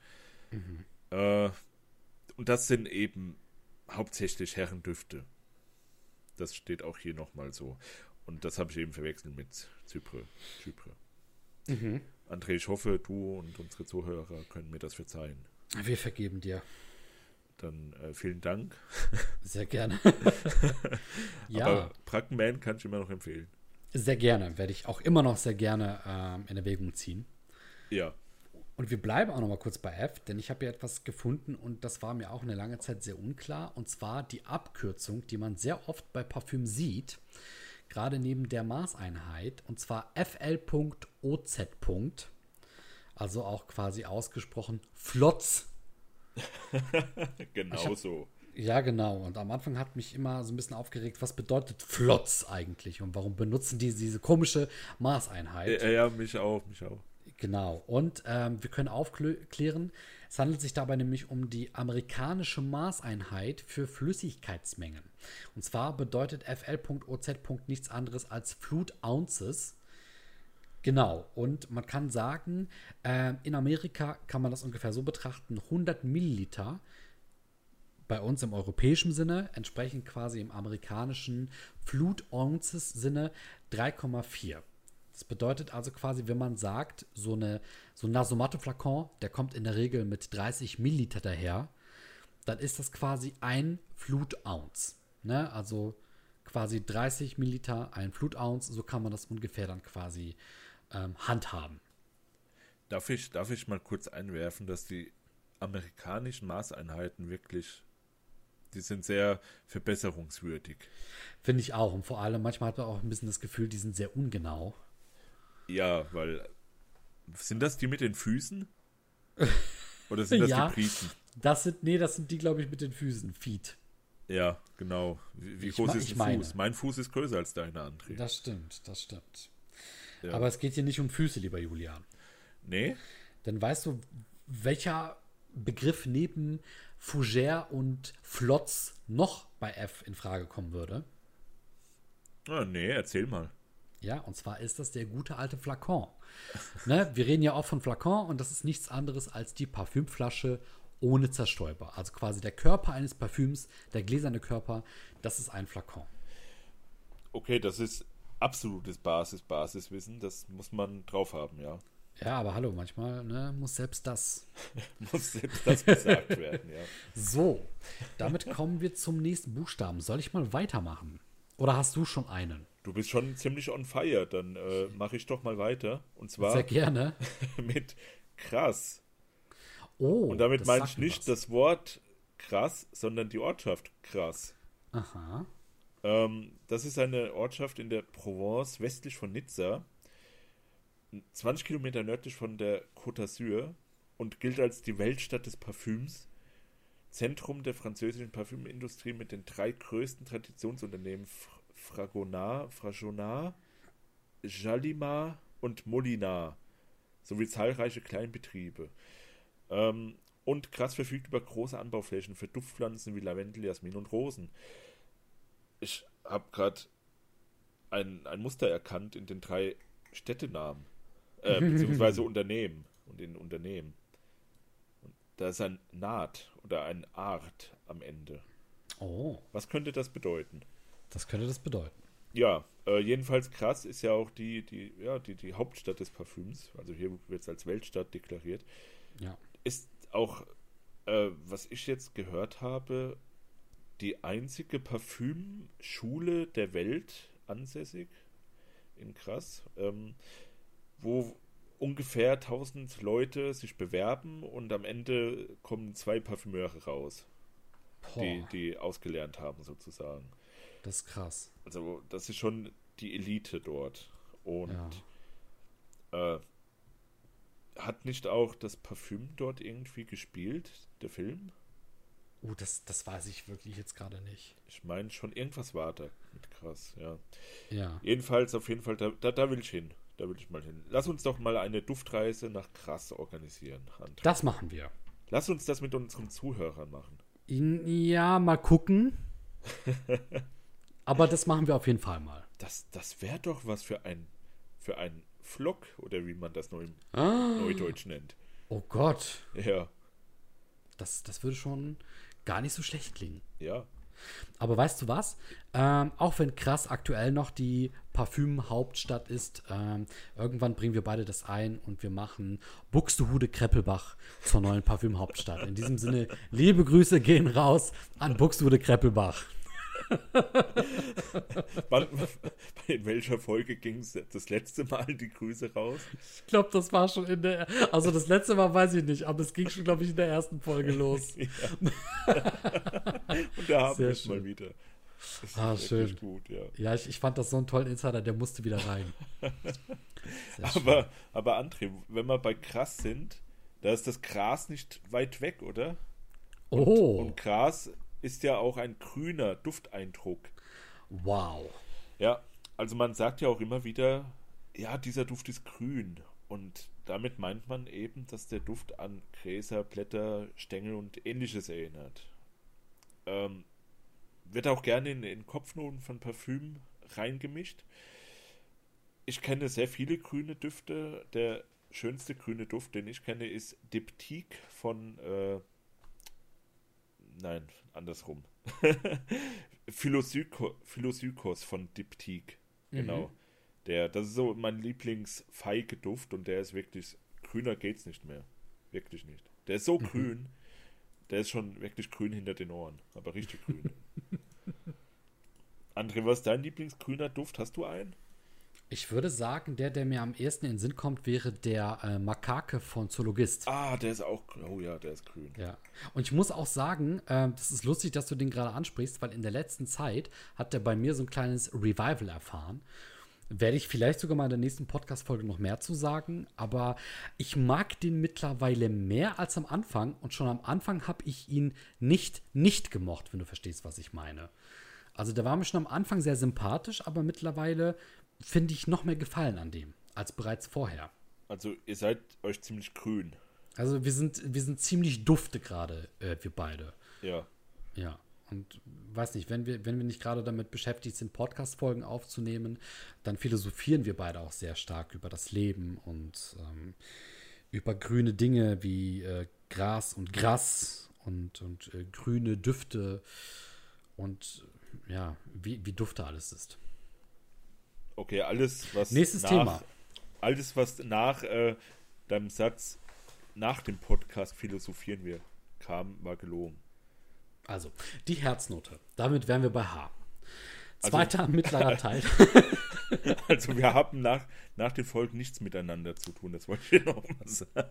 Und das sind eben hauptsächlich Herrendüfte. Das steht auch hier nochmal so. Und das habe ich eben verwechselt mit Zypre. André, ich hoffe, du und unsere Zuhörer können mir das verzeihen. Wir vergeben dir. Dann vielen Dank. Sehr gerne. Ja, Aber Brackenman kann ich immer noch empfehlen. sehr gerne. Werde ich auch immer noch sehr gerne in Erwägung ziehen. Ja. Und wir bleiben auch noch mal kurz bei F, denn ich habe ja etwas gefunden und das war mir auch eine lange Zeit sehr unklar. Und zwar die Abkürzung, die man sehr oft bei Parfüm sieht, gerade neben der Maßeinheit, und zwar FL.OZ. Also auch quasi ausgesprochen Flotz. Genau so. Ja, genau. Und am Anfang hat mich immer so ein bisschen aufgeregt, was bedeutet Flotz eigentlich und warum benutzen die diese komische Maßeinheit? Ja, mich auch. Genau. Und wir können aufklären, es handelt sich dabei nämlich um die amerikanische Maßeinheit für Flüssigkeitsmengen. Und zwar bedeutet FL.OZ. nichts anderes als Fluid Ounces. Genau. Und man kann sagen, in Amerika kann man das ungefähr so betrachten, 100 Milliliter bei uns im europäischen Sinne, entsprechend quasi im amerikanischen Fluid Ounces Sinne 3,4. Das bedeutet also quasi, wenn man sagt, so ein Nasomatto-Flakon, der kommt in der Regel mit 30 Milliliter daher, dann ist das quasi ein Fluid Ounce. Ne? Also quasi 30 Milliliter, ein Fluid Ounce, so kann man das ungefähr dann quasi handhaben. Darf ich mal kurz einwerfen, dass die amerikanischen Maßeinheiten wirklich, die sind sehr verbesserungswürdig. Finde ich auch. Und vor allem, manchmal hat man auch ein bisschen das Gefühl, die sind sehr ungenau. Ja, weil, sind das die mit den Füßen? Oder sind das Ja. die Briten? Das sind die, glaube ich, mit den Füßen. Feet. Ja, genau. Wie Ich groß ma- ist ich ein meine. Fuß? Mein Fuß ist größer als deiner, André. Das stimmt, das stimmt. Ja. Aber es geht hier nicht um Füße, lieber Julian. Nee? Denn weißt du, welcher Begriff neben Fougère und Flotz noch bei F in Frage kommen würde? Ah, nee, erzähl mal. Ja, und zwar ist das der gute alte Flakon. Ne? Wir reden ja auch von Flakon und das ist nichts anderes als die Parfümflasche ohne Zerstäuber. Also quasi der Körper eines Parfüms, der gläserne Körper, das ist ein Flakon. Okay, das ist absolutes Basiswissen. Das muss man drauf haben, ja. Ja, aber hallo, manchmal muss selbst das. Muss selbst das gesagt werden, ja. So, damit kommen wir zum nächsten Buchstaben. Soll ich mal weitermachen? Oder hast du schon einen? Du bist schon ziemlich on fire, dann mache ich doch mal weiter. Und zwar Sehr gerne. mit krass. Oh, Und damit das meine sagt ich mir nicht was. das Wort krass, sondern die Ortschaft krass. Aha. Das ist eine Ortschaft in der Provence, westlich von Nizza, 20 Kilometer nördlich von der Côte d'Azur und gilt als die Weltstadt des Parfüms, Zentrum der französischen Parfümindustrie mit den 3 größten Traditionsunternehmen Fragonard, Gallimard und Molinard sowie zahlreiche Kleinbetriebe. Und Grass verfügt über große Anbauflächen für Duftpflanzen wie Lavendel, Jasmin und Rosen. Ich habe gerade ein Muster erkannt in den 3 Städtenamen, beziehungsweise Unternehmen und in Unternehmen. Und da ist ein Naht oder ein Art am Ende. Oh, Was könnte das bedeuten? das könnte das bedeuten. Ja, jedenfalls Grass ist ja auch die Hauptstadt des Parfüms. Also hier wird es als Weltstadt deklariert. Ja. Ist auch, was ich jetzt gehört habe, die einzige Parfümschule der Welt ansässig in Grass, wo ungefähr 1000 Leute sich bewerben und am Ende kommen 2 Parfümeure raus, Boah, die ausgelernt haben sozusagen. das ist krass. Also das ist schon die Elite dort. Und Ja. hat nicht auch das Parfüm dort irgendwie gespielt, der Film? Das weiß ich wirklich jetzt gerade nicht. Ich meine schon, irgendwas war da mit Krass, ja. Ja. Jedenfalls, auf jeden Fall, da will ich hin. Da will ich mal hin. Lass uns doch mal eine Duftreise nach Krass organisieren, André. Das machen wir. Lass uns das mit unseren Zuhörern machen. Ja, mal gucken. Aber das machen wir auf jeden Fall mal. Das wäre doch was für ein Vlog, oder wie man das Neudeutsch nennt. Oh Gott. Ja, Das würde schon gar nicht so schlecht klingen. ja. Aber weißt du was? Auch wenn Krass aktuell noch die Parfüm-Hauptstadt ist, irgendwann bringen wir beide das ein und wir machen Buxtehude-Kreppelbach zur neuen Parfüm-Hauptstadt. In diesem Sinne, liebe Grüße gehen raus an Buxtehude-Kreppelbach. In welcher Folge ging es das letzte Mal die Grüße raus? Ich glaube, das war schon also das letzte Mal weiß ich nicht, aber es ging schon, glaube ich, in der ersten Folge los. Ja. Und da haben Sehr wir es schön. mal wieder. Das ist Ah, schön. wirklich gut, ja. Ja, ich fand das so einen tollen Insider, der musste wieder rein. Sehr schön. Aber André, wenn wir bei Gras sind, da ist das Gras nicht weit weg, oder? Oh, Und Gras ist ja auch ein grüner Dufteindruck. wow. Ja, also man sagt ja auch immer wieder, ja, dieser Duft ist grün. Und damit meint man eben, dass der Duft an Gräser, Blätter, Stängel und ähnliches erinnert. Wird auch gerne in Kopfnoten von Parfüm reingemischt. Ich kenne sehr viele grüne Düfte. Der schönste grüne Duft, den ich kenne, ist Diptyque von nein, andersrum. Philosykos von Diptyque. Genau. Das ist so mein Lieblingsfeige-Duft und der ist wirklich, grüner geht's nicht mehr. Wirklich nicht. Der ist so grün, der ist schon wirklich grün hinter den Ohren. Aber richtig grün. André, was ist dein Lieblingsgrüner Duft? Hast du einen? Ich würde sagen, der mir am ehesten in den Sinn kommt, wäre der Makake von Zoologist. Ah, der ist auch, oh ja, der ist grün. Ja. Und ich muss auch sagen, das ist lustig, dass du den gerade ansprichst, weil in der letzten Zeit hat der bei mir so ein kleines Revival erfahren. Werde ich vielleicht sogar mal in der nächsten Podcast-Folge noch mehr zu sagen, aber ich mag den mittlerweile mehr als am Anfang und schon am Anfang habe ich ihn nicht gemocht, wenn du verstehst, was ich meine. Also der war mir schon am Anfang sehr sympathisch, aber mittlerweile finde ich noch mehr Gefallen an dem als bereits vorher. Also ihr seid euch ziemlich grün. Also wir sind ziemlich dufte gerade, wir beide. Ja. Ja. Und weiß nicht, wenn wir nicht gerade damit beschäftigt sind, Podcast-Folgen aufzunehmen, dann philosophieren wir beide auch sehr stark über das Leben und über grüne Dinge wie Gras und Gras und grüne Düfte und ja, wie Dufte alles ist. Okay, alles, was Nächstes Thema. Alles, was nach deinem Satz, nach dem Podcast philosophieren wir, kam, war gelogen. Also, die Herznote. Damit wären wir bei H. Zweiter mittlerer Teil. Also wir haben nach den Folgen nichts miteinander zu tun, das wollte ich noch mal sagen.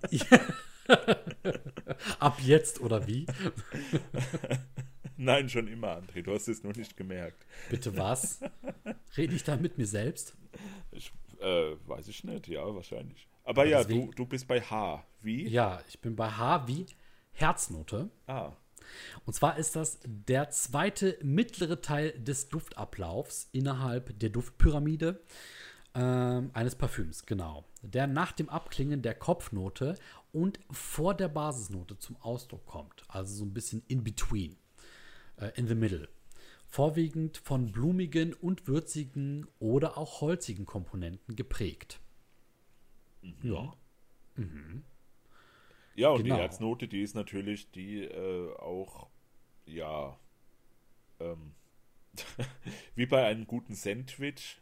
Ab jetzt oder wie? Nein, schon immer, André, du hast es nur nicht gemerkt. Bitte was? Rede ich da mit mir selbst? Weiß ich nicht, ja, wahrscheinlich. Aber ja, deswegen- du bist bei H. Wie? Ja, ich bin bei H wie Herznote. Ah, Und zwar ist das der zweite mittlere Teil des Duftablaufs innerhalb der Duftpyramide eines Parfüms, genau. Der nach dem Abklingen der Kopfnote und vor der Basisnote zum Ausdruck kommt. Also so ein bisschen in between, in the middle. Vorwiegend von blumigen und würzigen oder auch holzigen Komponenten geprägt. Ja. Ja, und Genau. die Herznote, die ist natürlich die auch, ja, ähm, wie bei einem guten Sandwich,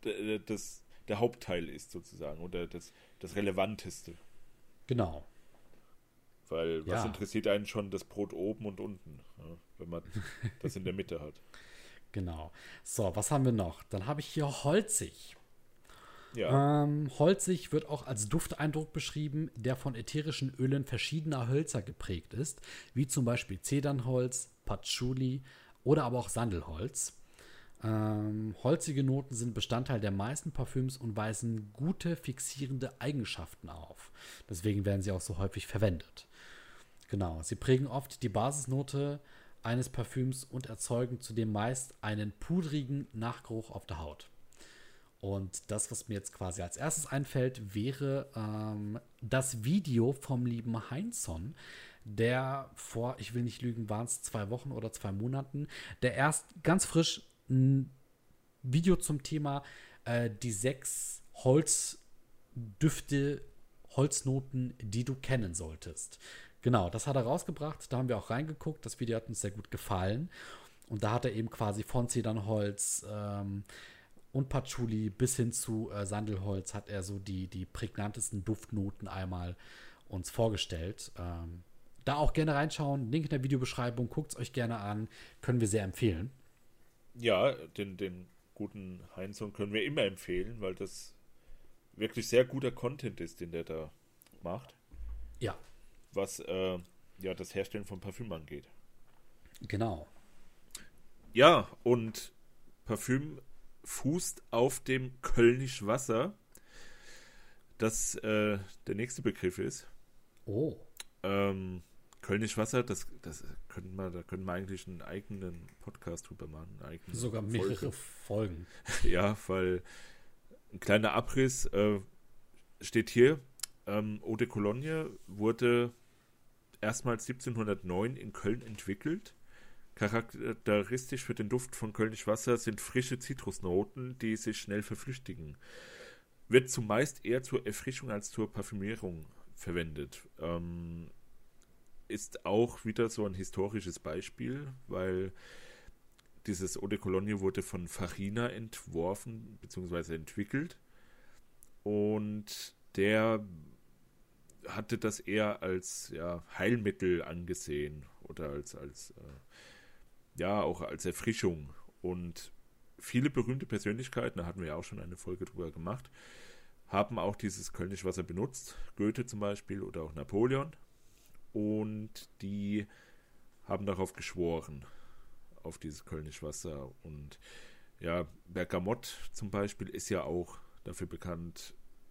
der Hauptteil ist sozusagen oder das Relevanteste. Genau. Weil was Ja, interessiert einen schon das Brot oben und unten, ja, wenn man das in der Mitte hat. genau. So, was haben wir noch? Dann habe ich hier holzig. Ja. Holzig wird auch als Dufteindruck beschrieben, der von ätherischen Ölen verschiedener Hölzer geprägt ist, wie zum Beispiel Zedernholz, Patchouli oder aber auch Sandelholz. Holzige Noten sind Bestandteil der meisten Parfüms und weisen gute fixierende Eigenschaften auf. Deswegen werden sie auch so häufig verwendet. Genau, sie prägen oft die Basisnote eines Parfüms und erzeugen zudem meist einen pudrigen Nachgeruch auf der Haut. Und das, was mir jetzt quasi als erstes einfällt, wäre das Video vom lieben Heinzson, der vor, ich will nicht lügen, waren es 2 Wochen oder 2 Monaten, der erst ganz frisch ein Video zum Thema die 6 Holzdüfte, Holznoten, die du kennen solltest. Genau, das hat er rausgebracht, da haben wir auch reingeguckt, das Video hat uns sehr gut gefallen. Und da hat er eben quasi von Zedernholz und Patchouli bis hin zu Sandelholz hat er so die prägnantesten Duftnoten einmal uns vorgestellt. Da auch gerne reinschauen, Link in der Videobeschreibung, guckt es euch gerne an, können wir sehr empfehlen. Ja, den guten Heinzson können wir immer empfehlen, weil das wirklich sehr guter Content ist, den der da macht, Ja, was ja das Herstellen von Parfüm angeht. genau. Ja, und Parfüm fußt auf dem Kölnisch Wasser, das der nächste Begriff ist. Oh, Kölnisch Wasser, da können wir eigentlich einen eigenen Podcast drüber machen, eine eigene sogar mehrere Folge. Folgen. Ja, weil ein kleiner Abriss steht hier. Eau de Cologne wurde erstmals 1709 in Köln entwickelt. Charakteristisch für den Duft von Kölnisch Wasser sind frische Zitrusnoten, die sich schnell verflüchtigen. Wird zumeist eher zur Erfrischung als zur Parfümierung verwendet. Ist auch wieder so ein historisches Beispiel, weil dieses Eau de Cologne wurde von Farina entworfen bzw. entwickelt und der hatte das eher als Heilmittel angesehen oder als auch als Erfrischung. Und viele berühmte Persönlichkeiten, da hatten wir ja auch schon eine Folge drüber gemacht, haben auch dieses Kölnisch Wasser benutzt. Goethe zum Beispiel oder auch Napoleon. Und die haben darauf geschworen, auf dieses Kölnisch Wasser. Und ja, Bergamott zum Beispiel ist ja auch dafür bekannt,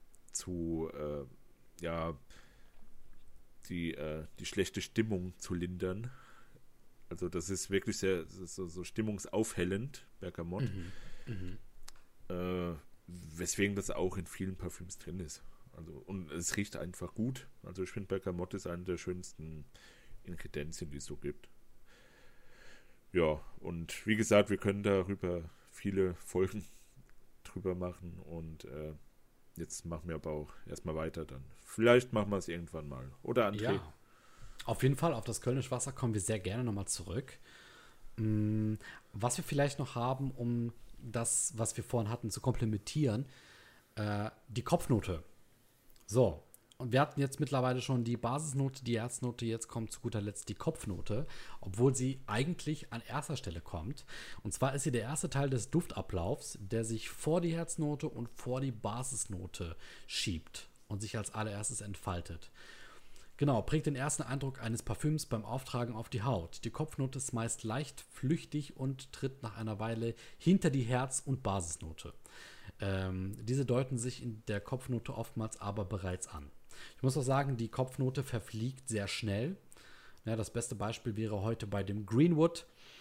die schlechte Stimmung zu lindern. Also das ist wirklich so stimmungsaufhellend, Bergamott. Weswegen das auch in vielen Parfüms drin ist. Also, und es riecht einfach gut. Also ich finde, Bergamott ist eine der schönsten Ingredienzien, die es so gibt. Ja, und wie gesagt, wir können darüber viele Folgen drüber machen und jetzt machen wir aber auch erstmal weiter dann. Vielleicht machen wir es irgendwann mal. Oder André? Ja, auf jeden Fall, auf das Kölnisch Wasser kommen wir sehr gerne nochmal zurück. Was wir vielleicht noch haben, um das, was wir vorhin hatten, zu komplementieren, die Kopfnote. So, und wir hatten jetzt mittlerweile schon die Basisnote, die Herznote, jetzt kommt zu guter Letzt die Kopfnote, obwohl sie eigentlich an erster Stelle kommt. Und zwar ist sie der erste Teil des Duftablaufs, der sich vor die Herznote und vor die Basisnote schiebt und sich als allererstes entfaltet. Genau, prägt den ersten Eindruck eines Parfüms beim Auftragen auf die Haut. Die Kopfnote ist meist leicht flüchtig und tritt nach einer Weile hinter die Herz- und Basisnote. Diese deuten sich in der Kopfnote oftmals aber bereits an. Ich muss auch sagen, die Kopfnote verfliegt sehr schnell. Ja, das beste Beispiel wäre heute bei dem Greenwood,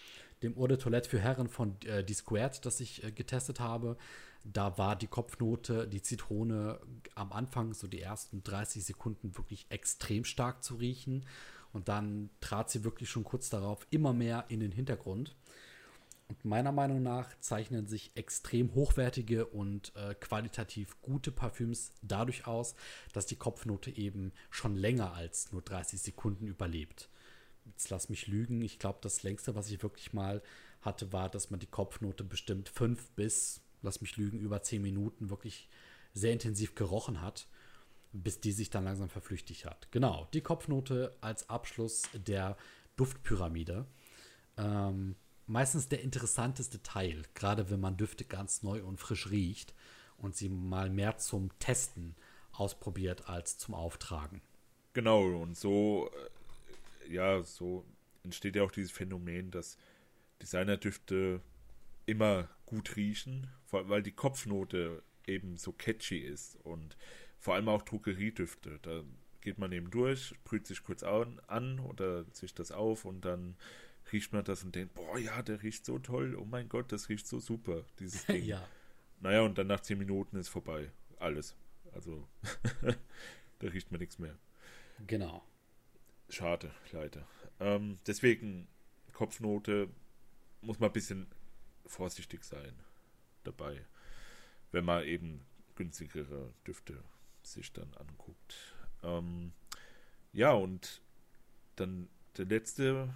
dem Eau de Toilette für Herren von Die Squared, das ich getestet habe. Da war die Kopfnote, die Zitrone am Anfang, so die ersten 30 Sekunden, wirklich extrem stark zu riechen. Und dann trat sie wirklich schon kurz darauf immer mehr in den Hintergrund. Und meiner Meinung nach zeichnen sich extrem hochwertige und qualitativ gute Parfüms dadurch aus, dass die Kopfnote eben schon länger als nur 30 Sekunden überlebt. Jetzt lass mich lügen, ich glaube, das längste, was ich wirklich mal hatte, war, dass man die Kopfnote bestimmt 5 bis, lass mich lügen, über 10 Minuten wirklich sehr intensiv gerochen hat, bis die sich dann langsam verflüchtigt hat. Genau, die Kopfnote als Abschluss der Duftpyramide. Meistens der interessanteste Teil, gerade wenn man Düfte ganz neu und frisch riecht und sie mal mehr zum Testen ausprobiert als zum Auftragen. Genau, und so, so entsteht ja auch dieses Phänomen, dass Designerdüfte immer gut riechen, weil die Kopfnote eben so catchy ist und vor allem auch Drogeriedüfte. Da geht man eben durch, sprüht sich kurz an oder sich das auf und dann riecht man das und denkt, boah, ja, der riecht so toll, oh mein Gott, das riecht so super, dieses Ding. Ja, Naja, und dann nach 10 Minuten ist vorbei. Alles. Also, da riecht man nichts mehr. genau. Schade, leider. Deswegen, Kopfnote muss man ein bisschen vorsichtig sein dabei, wenn man eben günstigere Düfte sich dann anguckt. Ja, und dann der letzte,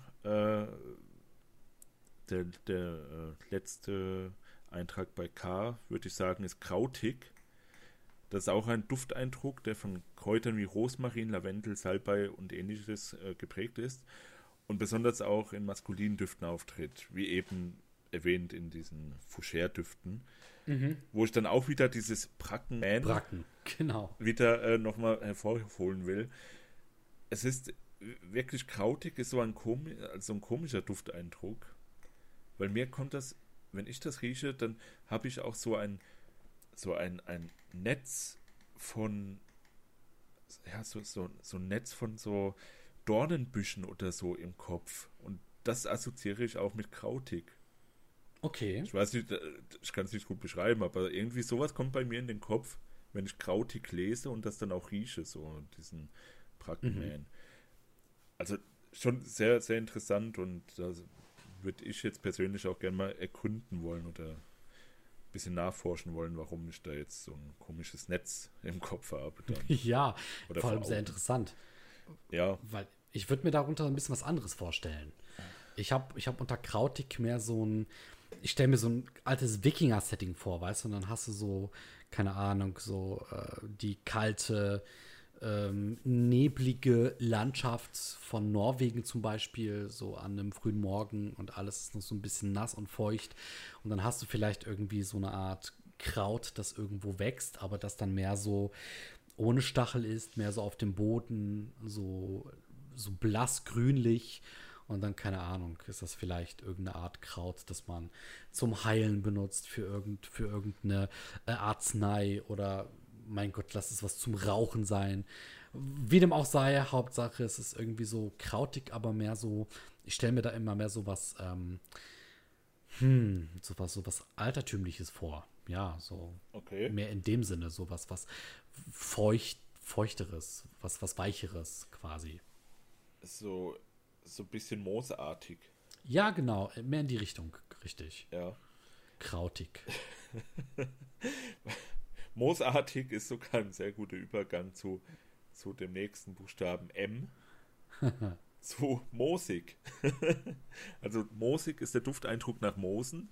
letzte Eintrag bei K, würde ich sagen, ist Krautig. Das ist auch ein Dufteindruck, der von Kräutern wie Rosmarin, Lavendel, Salbei und ähnliches geprägt ist und besonders auch in maskulinen Düften auftritt, wie eben erwähnt in diesen Fougère-Düften, wo ich dann auch wieder dieses Bracken genau. wieder nochmal hervorholen will. Es ist wirklich krautig, ist so ein komischer Dufteindruck, weil mir kommt das, wenn ich das rieche, dann habe ich auch so ein Netz von so ein Netz von so Dornenbüschen oder so im Kopf. Und das assoziiere ich auch mit krautig. Okay. Ich weiß nicht, ich kann es nicht gut beschreiben, aber irgendwie sowas kommt bei mir in den Kopf, wenn ich krautig lese und das dann auch rieche, so diesen Brackenman. Also schon sehr, sehr interessant und da würde ich jetzt persönlich auch gerne mal erkunden wollen oder ein bisschen nachforschen wollen, warum ich da jetzt so ein komisches Netz im Kopf habe. Dann. Ja, Oder vor allem vor sehr Augen. interessant. Ja, Weil ich würde mir darunter ein bisschen was anderes vorstellen. Ich hab unter Krautig mehr so ein, ich stelle mir so ein altes Wikinger-Setting vor, weißt du, und dann hast du so, keine Ahnung, so die kalte, neblige Landschaft von Norwegen zum Beispiel, so an einem frühen Morgen und alles ist noch so ein bisschen nass und feucht. Und dann hast du vielleicht irgendwie so eine Art Kraut, das irgendwo wächst, aber das dann mehr so ohne Stachel ist, mehr so auf dem Boden, so blass grünlich. Und dann, keine Ahnung, ist das vielleicht irgendeine Art Kraut, das man zum Heilen benutzt für irgendeine Arznei oder, mein Gott, lass es was zum Rauchen sein. Wie dem auch sei, Hauptsache, es ist irgendwie so krautig, aber mehr so, ich stelle mir da immer mehr sowas Altertümliches vor. Ja, so okay. mehr in dem Sinne, sowas, was feuchteres, was weicheres quasi. So ein bisschen moosartig. Ja, genau, mehr in die Richtung, richtig. Ja. Krautig. Moosartig ist sogar ein sehr guter Übergang zu dem nächsten Buchstaben M. Zu moosig. Also moosig ist der Dufteindruck nach Moosen,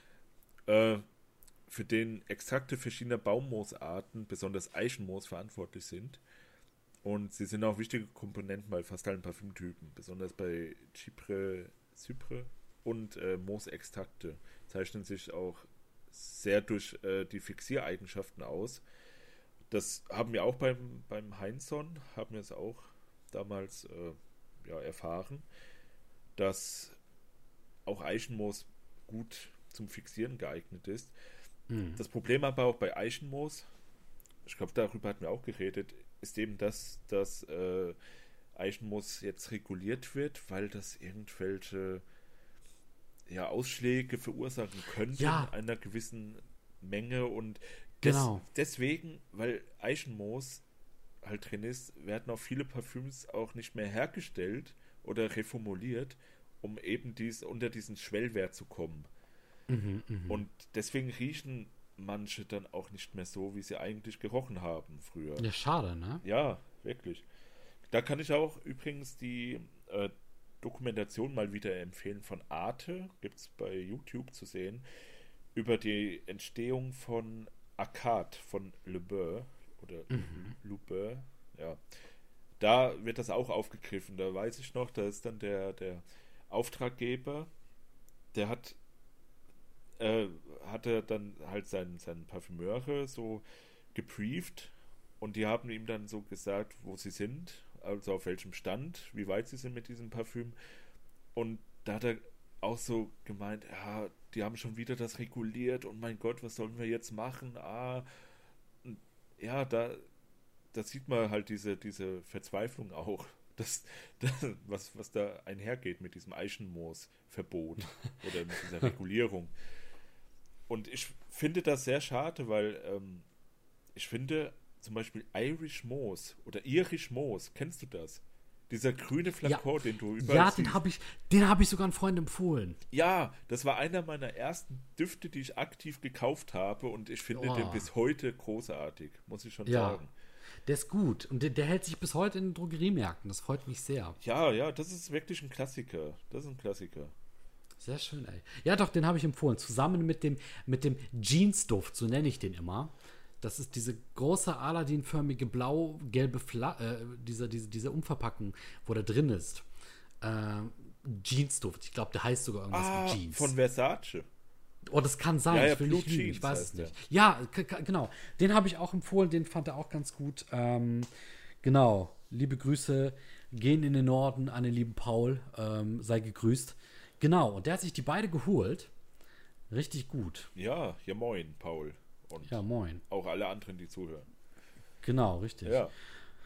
für den Extrakte verschiedener Baummoosarten, besonders Eichenmoos, verantwortlich sind. Und sie sind auch wichtige Komponenten bei fast allen Parfümtypen, besonders bei Cypre und Moosextrakte zeichnen sich auch sehr durch die Fixiereigenschaften aus. Das haben wir auch beim Heinzson, haben wir es auch damals erfahren, dass auch Eichenmoos gut zum Fixieren geeignet ist. Das Problem aber auch bei Eichenmoos, ich glaube, darüber hatten wir auch geredet, ist eben, dass das Eichenmoos jetzt reguliert wird, weil das irgendwelche ja, Ausschläge verursachen könnte Ja, in einer gewissen Menge und genau. deswegen, weil Eichenmoos halt drin ist, werden auch viele Parfüms auch nicht mehr hergestellt oder reformuliert, um eben unter diesen Schwellwert zu kommen. Mhm, mhm. Und deswegen riechen manche dann auch nicht mehr so, wie sie eigentlich gerochen haben früher. Ja, schade, ne? Ja, wirklich. Da kann ich auch übrigens die Dokumentation mal wieder empfehlen von Arte, gibt es bei YouTube zu sehen, über die Entstehung von Akkad von Le Beurre oder Le Beurre, ja. Da wird das auch aufgegriffen. Da weiß ich noch, da ist dann der Auftraggeber, der äh, hatte dann halt seinen Parfümeure so gebrieft und die haben ihm dann so gesagt, wo sie sind, also auf welchem Stand, wie weit sie sind mit diesem Parfüm. Und da hat er auch so gemeint, ja, die haben schon wieder das reguliert und mein Gott, was sollen wir jetzt machen? Und ja, da sieht man halt diese Verzweiflung auch, das, was da einhergeht mit diesem Eichenmoos-Verbot oder mit dieser Regulierung. Und ich finde das sehr schade, weil ich finde zum Beispiel Irish Moss oder Irish Moss, kennst du das? Dieser grüne Ja, Flakon, den du überall ja, siehst. den habe ich sogar einem Freund empfohlen. Ja, das war einer meiner ersten Düfte, die ich aktiv gekauft habe und ich finde den Oh, bis heute großartig, muss ich schon ja, sagen. der ist gut und der hält sich bis heute in den Drogeriemärkten. Das freut mich sehr. Ja, ja, das ist wirklich ein Klassiker. Das ist ein Klassiker. Sehr schön, ey. Ja, doch, den habe ich empfohlen. Zusammen mit dem Jeans-Duft, so nenne ich den immer. Das ist diese große Aladdin-förmige blau-gelbe diese Umverpackung, wo der drin ist. Äh, Jeans-Duft. Ich glaube, der heißt sogar irgendwas mit Ah, von Jeans. Versace. Oh, das kann sein. Ja, ja, Ich will Blue nicht lügen. Ich Jeans weiß es heißt der. nicht. Ja, genau. Den habe ich auch empfohlen. Den fand er auch ganz gut. Genau. Liebe Grüße gehen in den Norden an den lieben Paul. Sei gegrüßt. Genau. Und der hat sich die beide geholt. Richtig gut. Ja, ja moin, Paul. Und Ja, moin. auch alle anderen, die zuhören. Genau, richtig. Ja,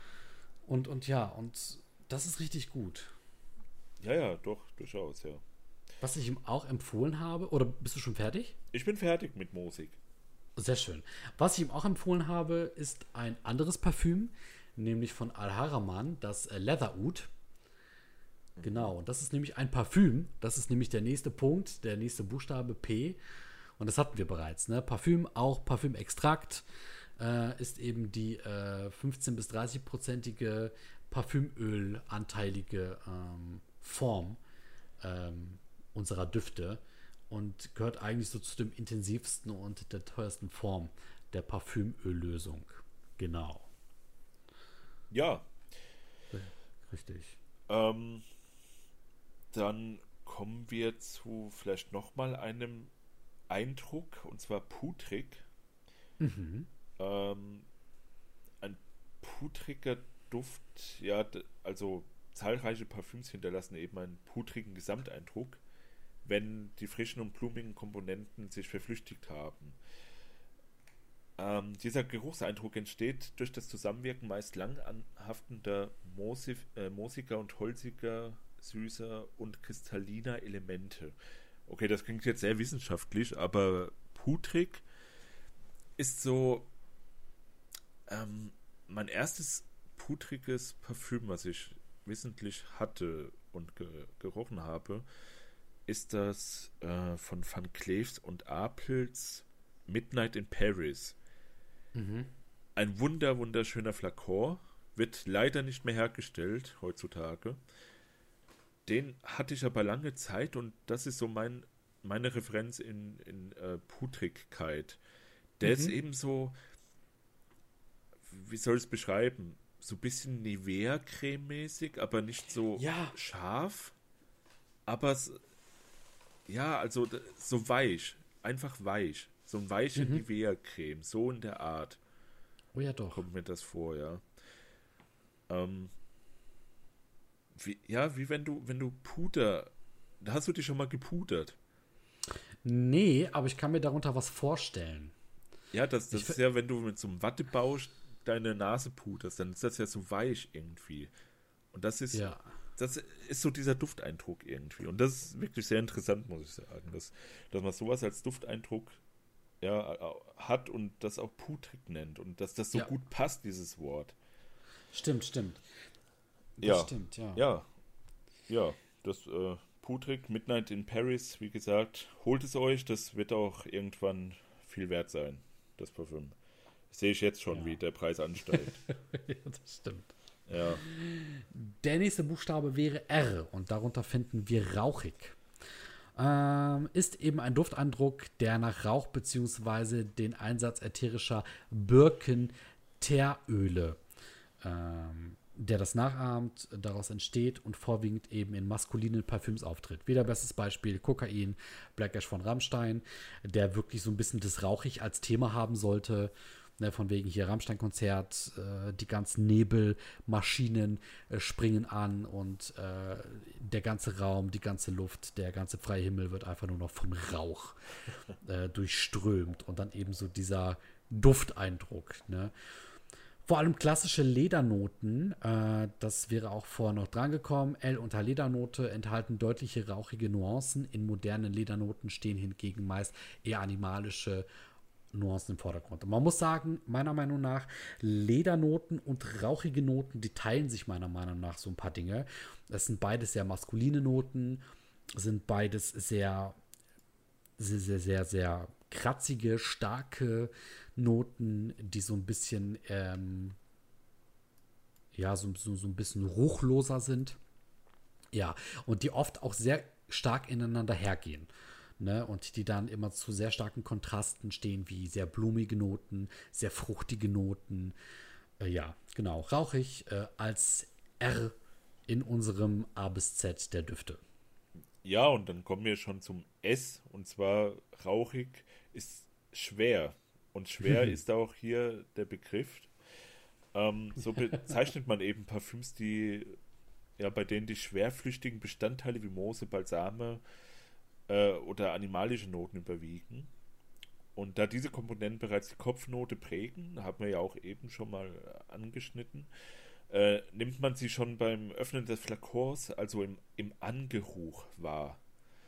Und ja, und das ist richtig gut. ja, ja, doch, durchaus, ja. Was ich ihm auch empfohlen habe, oder bist du schon fertig? Ich bin fertig mit Musik. Sehr schön. Was ich ihm auch empfohlen habe, ist ein anderes Parfüm, nämlich von Al-Haraman, das Leather Oud. Genau, und das ist nämlich ein Parfüm. Das ist nämlich der nächste Punkt, der nächste Buchstabe P. Und das hatten wir bereits. Ne? Parfüm, auch Parfümextrakt, ist eben die 15- bis 30-prozentige Parfümölanteilige Form unserer Düfte und gehört eigentlich so zu dem intensivsten und der teuersten Form der Parfümöllösung. Genau. Ja, Richtig. ähm, dann kommen wir zu vielleicht nochmal einem Eindruck, und zwar putrig. Mhm. Ähm, ein putriger Duft, ja, also zahlreiche Parfüms hinterlassen eben einen putrigen Gesamteindruck, wenn die frischen und blumigen Komponenten sich verflüchtigt haben. Dieser Geruchseindruck entsteht durch das Zusammenwirken meist lang anhaftender moosiger und holziger, süßer und kristalliner Elemente. Okay, das klingt jetzt sehr wissenschaftlich, aber putrig ist so mein erstes putriges Parfüm, was ich wissentlich hatte und gerochen habe, ist das von Van Cleefs und Apels Midnight in Paris. Mhm. Ein wunderschöner Flakon, wird leider nicht mehr hergestellt heutzutage. Den hatte ich aber lange Zeit und das ist so meine Referenz in Putrigkeit. Der ist Mhm. eben so, wie soll ich es beschreiben, so ein bisschen Nivea-Creme-mäßig, aber nicht so Ja. scharf, aber ja, also so weich, einfach weich. So ein weiche Mhm. Nivea-Creme, so in der Art Oh ja, doch. kommt mir das vor, ja. Ähm, wie wenn du Puder, hast du dich schon mal gepudert? Nee, aber ich kann mir darunter was vorstellen. Ja, das Ich, ist fi- ja, wenn du mit so einem Wattebausch deine Nase puderst, dann ist das ja so weich irgendwie. Und das ist ja. das ist so dieser Dufteindruck irgendwie. Und das ist wirklich sehr interessant, muss ich sagen, dass man sowas als Dufteindruck hat und das auch putrig nennt und dass das so Ja, gut passt, dieses Wort. stimmt. Das Ja, stimmt, ja. ja, ja, das putrig, Midnight in Paris, wie gesagt, holt es euch, das wird auch irgendwann viel wert sein, das Parfüm. Sehe ich jetzt schon, Ja, wie der Preis ansteigt. ja, das stimmt. Ja, Der nächste Buchstabe wäre R und darunter finden wir rauchig. Ist eben ein Dufteindruck, der nach Rauch bzw. den Einsatz ätherischer Birkenteeröle, der das nachahmt, daraus entsteht und vorwiegend eben in maskulinen Parfüms auftritt. Wieder bestes Beispiel Kokain, Black Ash von Rammstein, der wirklich so ein bisschen das Rauchig als Thema haben sollte. Ne, von wegen hier Rammstein-Konzert, die ganzen Nebelmaschinen springen an und der ganze Raum, die ganze Luft, der ganze freie Himmel wird einfach nur noch von Rauch durchströmt und dann eben so dieser Dufteindruck. Ne? Vor allem klassische Ledernoten, das wäre auch vorher noch drangekommen. L unter Ledernote enthalten deutliche rauchige Nuancen. In modernen Ledernoten stehen hingegen meist eher animalische Nuancen im Vordergrund. Und man muss sagen, meiner Meinung nach, Ledernoten und rauchige Noten, die teilen sich meiner Meinung nach so ein paar Dinge. Das sind beides sehr maskuline Noten, sind beides sehr kratzige, starke Noten, die so ein bisschen, so ein bisschen ruchloser sind. Ja, und die oft auch sehr stark ineinander hergehen. Ne, und die dann immer zu sehr starken Kontrasten stehen, wie sehr blumige Noten, sehr fruchtige Noten. Ja, genau. Rauchig als R in unserem A bis Z der Düfte. ja, und dann kommen wir schon zum S, und zwar rauchig ist schwer. Und schwer ist auch hier der Begriff. So bezeichnet man eben Parfüms, bei denen die schwerflüchtigen Bestandteile wie Moose, Balsame oder animalische Noten überwiegen. Und da diese Komponenten bereits die Kopfnote prägen, haben wir ja auch eben schon mal angeschnitten, nimmt man sie schon beim Öffnen des Flakons, also im Angeruch wahr.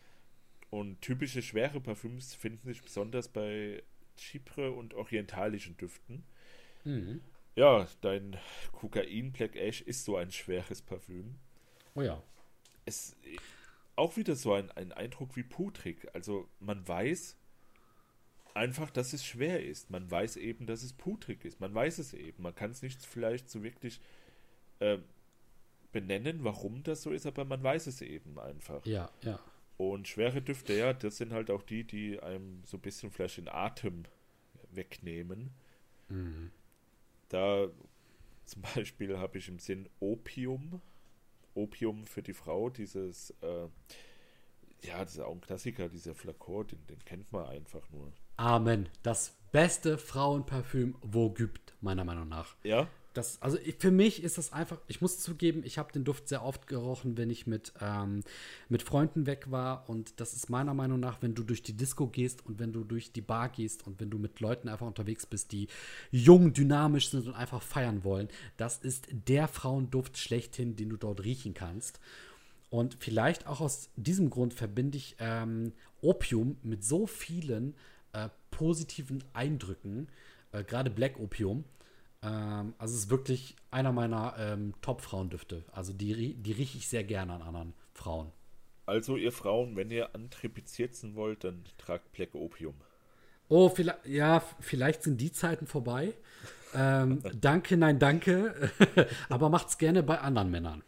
Und typische schwere Parfüms finden sich besonders bei Chypre und orientalischen Düften. Mhm. Ja, dein Kokain Black Ash ist so ein schweres Parfüm. Oh ja. Es auch wieder so ein Eindruck wie putrig. Also man weiß einfach, dass es schwer ist. Man weiß eben, dass es putrig ist. Man weiß es eben. Man kann es nicht vielleicht so wirklich äh, benennen, warum das so ist, aber man weiß es eben einfach. Ja, ja. Und schwere Düfte, ja, das sind halt auch die einem so ein bisschen vielleicht den Atem wegnehmen. Mhm. Da zum Beispiel habe ich im Sinn Opium. Opium für die Frau, dieses, das ist auch ein Klassiker, dieser Flakon, den kennt man einfach nur. Amen. Das beste Frauenparfüm, wo gibt, meiner Meinung nach. Ja? Für mich ist das einfach, ich muss zugeben, ich habe den Duft sehr oft gerochen, wenn ich mit Freunden weg war. Und das ist meiner Meinung nach, wenn du durch die Disco gehst und wenn du durch die Bar gehst und wenn du mit Leuten einfach unterwegs bist, die jung, dynamisch sind und einfach feiern wollen, das ist der Frauenduft schlechthin, den du dort riechen kannst. Und vielleicht auch aus diesem Grund verbinde ich Opium mit so vielen positiven Eindrücken, gerade Black Opium. Also es ist wirklich einer meiner Top-Frauendüfte. Also die rieche ich sehr gerne an anderen Frauen. Also ihr Frauen, wenn ihr antripiziert sein wollt, dann tragt Black Opium. Oh, vielleicht sind die Zeiten vorbei. Danke, nein, danke. Aber macht's gerne bei anderen Männern.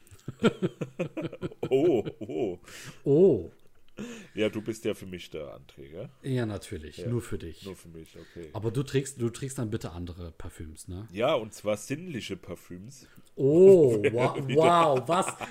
Oh. Oh, Ja, du bist ja für mich der Anträger. ja, natürlich. Ja, Nur für dich. nur für mich, okay. Aber du trägst dann bitte andere Parfüms, ne? Ja, und zwar sinnliche Parfüms. Oh, wow,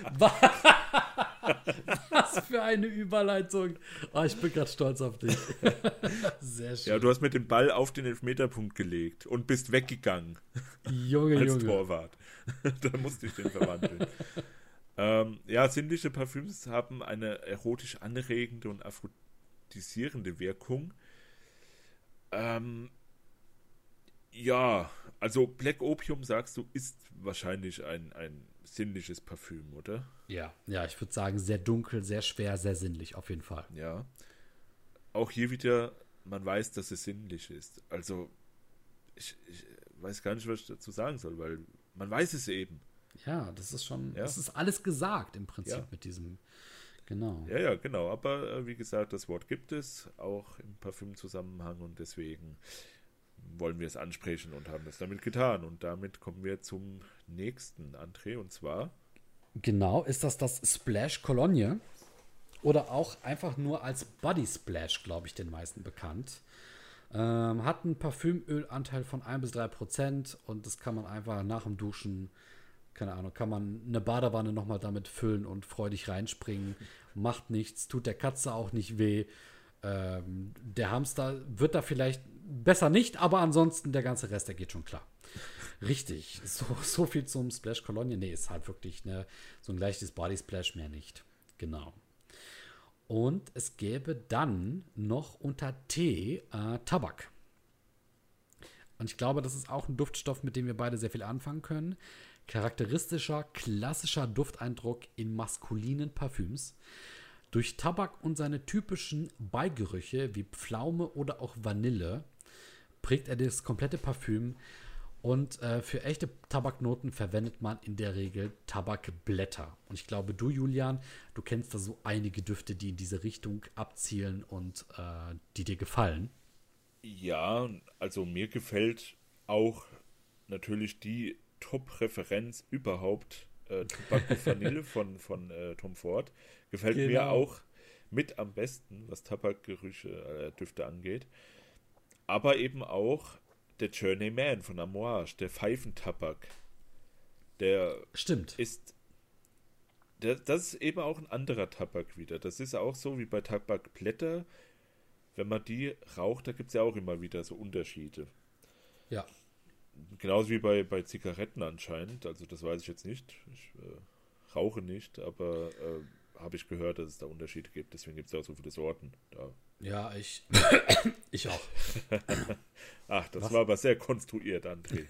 was für eine Überleitung. Oh, ich bin gerade stolz auf dich. Sehr schön. Ja, du hast mit dem Ball auf den Elfmeterpunkt gelegt und bist weggegangen Junge, als Junge. Torwart. Da musste ich den verwandeln. Sinnliche Parfüms haben eine erotisch anregende und aphrodisierende Wirkung. Also Black Opium, sagst du, ist wahrscheinlich ein sinnliches Parfüm, oder? Ja, ja, ich würde sagen, sehr dunkel, sehr schwer, sehr sinnlich, auf jeden Fall. Ja. Auch hier wieder, man weiß, dass es sinnlich ist. Also, ich weiß gar nicht, was ich dazu sagen soll, weil man weiß es eben. Ja, das ist schon, Ja, es ist alles gesagt im Prinzip ja, mit diesem, genau. ja, ja, genau. Aber wie gesagt, das Wort gibt es auch im Parfümzusammenhang und deswegen wollen wir es ansprechen und haben es damit getan. Und damit kommen wir zum nächsten, André, und zwar, Genau, ist das Splash Cologne oder auch einfach nur als Body Splash, glaube ich, den meisten bekannt. Hat einen Parfümölanteil von 1 bis 3% und das kann man einfach nach dem Duschen, keine Ahnung, kann man eine Badewanne nochmal damit füllen und freudig reinspringen. Macht nichts, tut der Katze auch nicht weh. Der Hamster wird da vielleicht besser nicht, aber ansonsten der ganze Rest, der geht schon klar. Richtig, so viel zum Splash Cologne. Nee, ist halt wirklich so ein leichtes Body Splash, mehr nicht. Genau. Und es gäbe dann noch unter T Tabak. Und ich glaube, das ist auch ein Duftstoff, mit dem wir beide sehr viel anfangen können. Charakteristischer, klassischer Dufteindruck in maskulinen Parfüms. Durch Tabak und seine typischen Beigerüche wie Pflaume oder auch Vanille prägt er das komplette Parfüm. Und für echte Tabaknoten verwendet man in der Regel Tabakblätter. Und ich glaube, du, Julian, du kennst da so einige Düfte, die in diese Richtung abzielen und die dir gefallen. ja, also mir gefällt auch natürlich die Top-Referenz überhaupt, Tobacco Vanille von Tom Ford. Gefällt mir Genau. auch mit am besten, was Tabakgerüche, Düfte angeht. Aber eben auch der Journeyman von Amouage, der Pfeifentabak, der Stimmt. ist, das ist eben auch ein anderer Tabak wieder. Das ist auch so wie bei Tabakblätter, wenn man die raucht, da gibt es ja auch immer wieder so Unterschiede. Ja. Genauso wie bei Zigaretten anscheinend, also das weiß ich jetzt nicht. Ich rauche nicht, aber habe ich gehört, dass es da Unterschiede gibt. Deswegen gibt es ja auch so viele Sorten. Da. Ja, ich auch. Ach, das Was? war aber sehr konstruiert, André.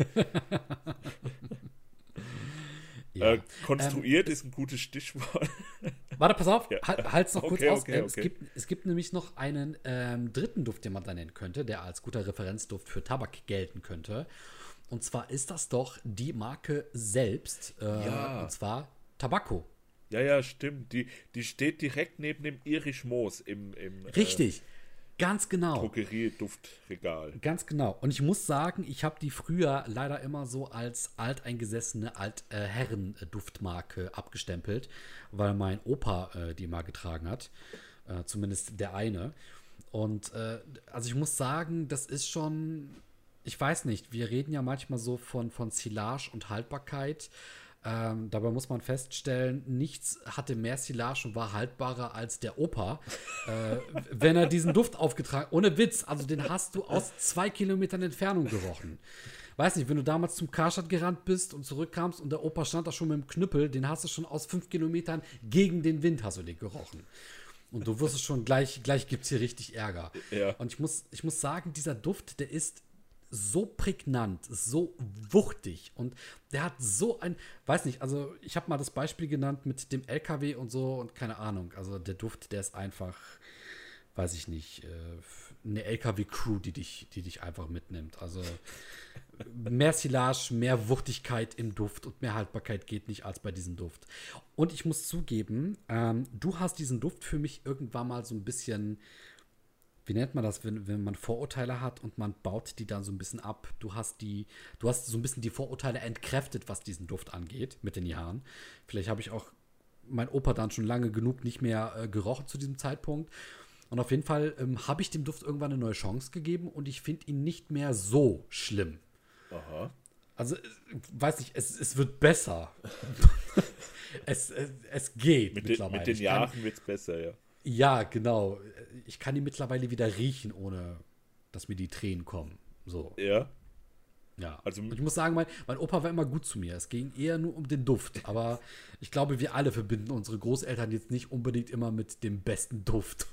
Ja. Konstruiert ist ein gutes Stichwort. Warte, pass auf, Ja. halt's noch kurz Okay, aus. okay, Es okay. gibt nämlich noch einen dritten Duft, den man da nennen könnte, der als guter Referenzduft für Tabak gelten könnte. Und zwar ist das doch die Marke selbst, Ja. und zwar Tabacco. Ja, ja, stimmt. Die steht direkt neben dem Irish Moos im Richtig, ganz genau. Drogerie-Duftregal. Ganz genau. Und ich muss sagen, ich habe die früher leider immer so als alteingesessene Altherren-Duftmarke abgestempelt, weil mein Opa die mal getragen hat. Zumindest der eine. Und also ich muss sagen, das ist schon, ich weiß nicht, wir reden ja manchmal so von Silage und Haltbarkeit. Dabei muss man feststellen, nichts hatte mehr Silage und war haltbarer als der Opa. Wenn er diesen Duft aufgetragen, ohne Witz, also den hast du aus 2 Kilometern Entfernung gerochen. Weiß nicht, wenn du damals zum Karstadt gerannt bist und zurückkamst und der Opa stand da schon mit dem Knüppel, den hast du schon aus 5 Kilometern gegen den Wind hast du den gerochen. Und du wusstest schon, gleich gibt es hier richtig Ärger. Ja. Und ich muss sagen, dieser Duft, der ist so prägnant, so wuchtig und der hat so ein, weiß nicht, also ich habe mal das Beispiel genannt mit dem LKW und so und keine Ahnung, also der Duft, der ist einfach, weiß ich nicht, eine LKW-Crew, die dich einfach mitnimmt. Also mehr Silage, mehr Wuchtigkeit im Duft und mehr Haltbarkeit geht nicht als bei diesem Duft. Und ich muss zugeben, du hast diesen Duft für mich irgendwann mal so ein bisschen, wie nennt man das, wenn man Vorurteile hat und man baut die dann so ein bisschen ab. Du hast so ein bisschen die Vorurteile entkräftet, was diesen Duft angeht, mit den Jahren. Vielleicht habe ich auch mein Opa dann schon lange genug nicht mehr gerochen zu diesem Zeitpunkt. Und auf jeden Fall habe ich dem Duft irgendwann eine neue Chance gegeben und ich finde ihn nicht mehr so schlimm. Aha. Also, weiß nicht, es wird besser. Es geht mittlerweile. Mit den Jahren wird es besser, ja. Ja, genau. Ich kann ihn mittlerweile wieder riechen, ohne dass mir die Tränen kommen. So, Ja. ja. Also- Und ich muss sagen, mein Opa war immer gut zu mir. Es ging eher nur um den Duft. Aber ich glaube, wir alle verbinden unsere Großeltern jetzt nicht unbedingt immer mit dem besten Duft.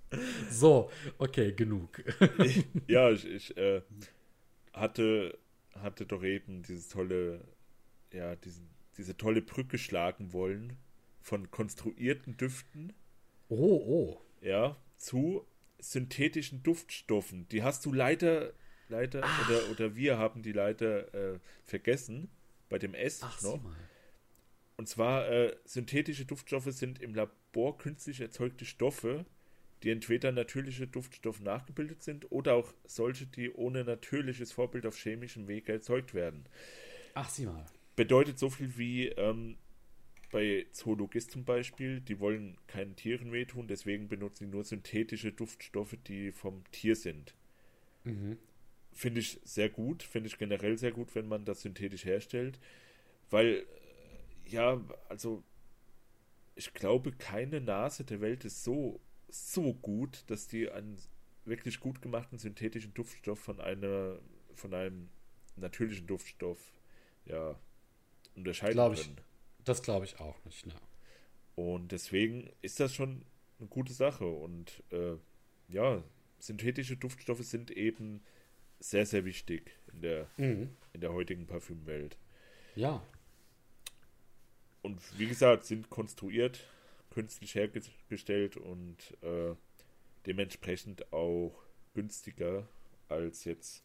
So, okay, genug. Ja, ich hatte hatte doch eben dieses tolle, ja, diese tolle Brücke schlagen wollen von konstruierten Düften, Oh, oh. ja, zu synthetischen Duftstoffen. Die hast du leider, oder wir haben die leider vergessen bei dem S Ach, sieh noch. mal. Und zwar, synthetische Duftstoffe sind im Labor künstlich erzeugte Stoffe, die entweder natürliche Duftstoffe nachgebildet sind oder auch solche, die ohne natürliches Vorbild auf chemischem Wege erzeugt werden. Ach, sieh mal. Bedeutet so viel wie bei Zoologist zum Beispiel, die wollen keinen Tieren wehtun, deswegen benutzen die nur synthetische Duftstoffe, die vom Tier sind. Mhm. Finde ich sehr gut, finde ich generell sehr gut, wenn man das synthetisch herstellt, weil, ja, also ich glaube, keine Nase der Welt ist so gut, dass die einen wirklich gut gemachten synthetischen Duftstoff von einem natürlichen Duftstoff, ja, unterscheiden Glaube ich. können. Das glaube ich auch nicht, ne? Und deswegen ist das schon eine gute Sache. Und ja, synthetische Duftstoffe sind eben sehr, sehr wichtig Mhm. in der heutigen Parfümwelt. Ja, Und wie gesagt, sind konstruiert, künstlich hergestellt und dementsprechend auch günstiger als jetzt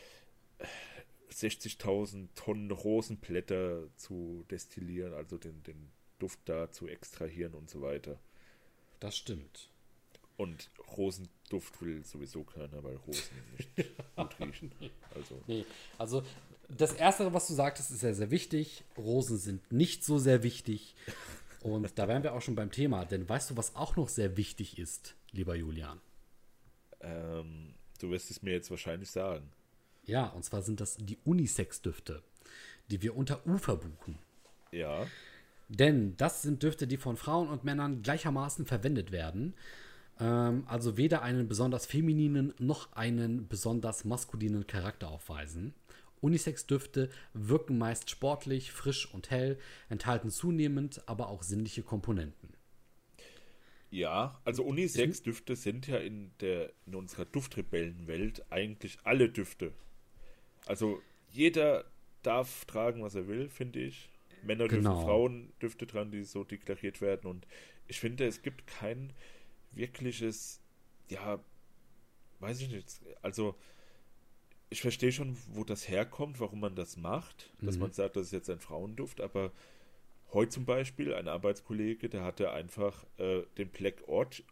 60.000 Tonnen Rosenblätter zu destillieren, also den Duft da zu extrahieren und so weiter. das stimmt. Und Rosenduft will sowieso keiner, weil Rosen nicht gut riechen. Also, Nee, also das Erste, was du sagtest, ist sehr, sehr wichtig. Rosen sind nicht so sehr wichtig. Und da wären wir auch schon beim Thema. Denn weißt du, was auch noch sehr wichtig ist, lieber Julian? du wirst es mir jetzt wahrscheinlich sagen. Ja, und zwar sind das die Unisex-Düfte, die wir unter U verbuchen. Ja, Denn das sind Düfte, die von Frauen und Männern gleichermaßen verwendet werden. Also weder einen besonders femininen noch einen besonders maskulinen Charakter aufweisen. Unisex-Düfte wirken meist sportlich, frisch und hell, enthalten zunehmend aber auch sinnliche Komponenten. ja, also Unisex-Düfte sind ja in unserer Duftrebellenwelt eigentlich alle Düfte. Also jeder darf tragen, was er will, finde ich. Männer dürfen Genau. Frauendüfte tragen, die so deklariert werden. Und ich finde, es gibt kein wirkliches, ja, weiß ich nicht. Also ich verstehe schon, wo das herkommt, warum man das macht, dass man sagt, das ist jetzt ein Frauenduft, aber heute zum Beispiel, ein Arbeitskollege, der hatte einfach den Black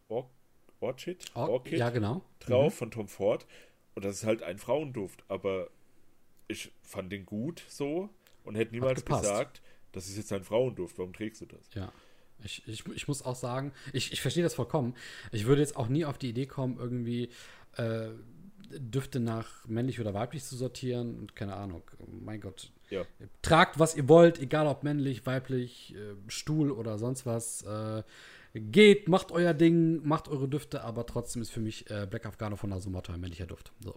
Ja, Orchid genau. drauf von Tom Ford und das ist halt ein Frauenduft, aber ich fand den gut so und hätte Hat niemals gepasst. gesagt, das ist jetzt ein Frauenduft, warum trägst du das? Ja. Ich muss auch sagen, ich verstehe das vollkommen. Ich würde jetzt auch nie auf die Idee kommen, irgendwie äh, Düfte nach männlich oder weiblich zu sortieren. Und keine Ahnung, mein Gott. Ja, Tragt, was ihr wollt, egal ob männlich, weiblich, Stuhl oder sonst was. Geht, macht euer Ding, macht eure Düfte, aber trotzdem ist für mich Black Afghano von Nasomatto ein männlicher Duft. So.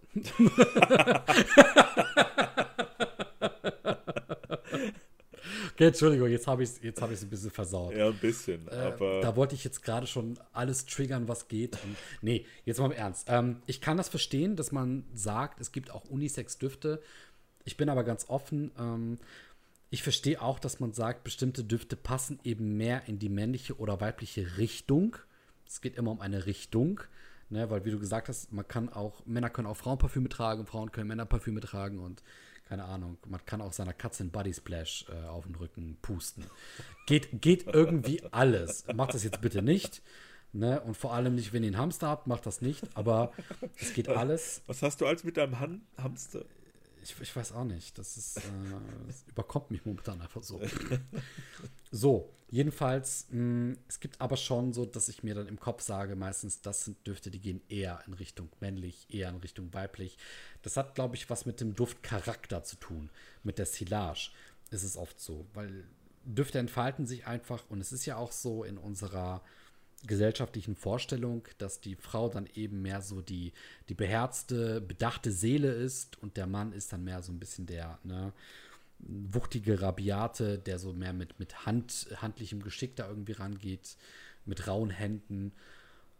Okay, Entschuldigung, jetzt hab ich's ein bisschen versaut. ja, ein bisschen, aber Da wollte ich jetzt gerade schon alles triggern, was geht. Und, nee, jetzt mal im Ernst. Ich kann das verstehen, dass man sagt, es gibt auch Unisex-Düfte. Ich bin aber ganz offen. Ich verstehe auch, dass man sagt, bestimmte Düfte passen eben mehr in die männliche oder weibliche Richtung. Es geht immer um eine Richtung. Ne, weil, wie du gesagt hast, Männer können auch Frauenparfüme tragen, Frauen können Männerparfüme tragen und keine Ahnung, man kann auch seiner Katze einen Body Splash auf den Rücken pusten. Geht irgendwie alles. Macht das jetzt bitte nicht. Ne? Und vor allem nicht, wenn ihr einen Hamster habt, macht das nicht. Aber es geht alles. was hast du als mit deinem Hamster? Ich weiß auch nicht. Das überkommt mich momentan einfach so. So, jedenfalls, es gibt aber schon so, dass ich mir dann im Kopf sage, meistens, das sind Düfte, die gehen eher in Richtung männlich, eher in Richtung weiblich. Das hat, glaube ich, was mit dem Duftcharakter zu tun. Mit der Silage ist es oft so, weil Düfte entfalten sich einfach und es ist ja auch so in unserer gesellschaftlichen Vorstellung, dass die Frau dann eben mehr so die beherzte, bedachte Seele ist und der Mann ist dann mehr so ein bisschen der, ne, wuchtige Rabiate, der so mehr mit handlichem Geschick da irgendwie rangeht, mit rauen Händen.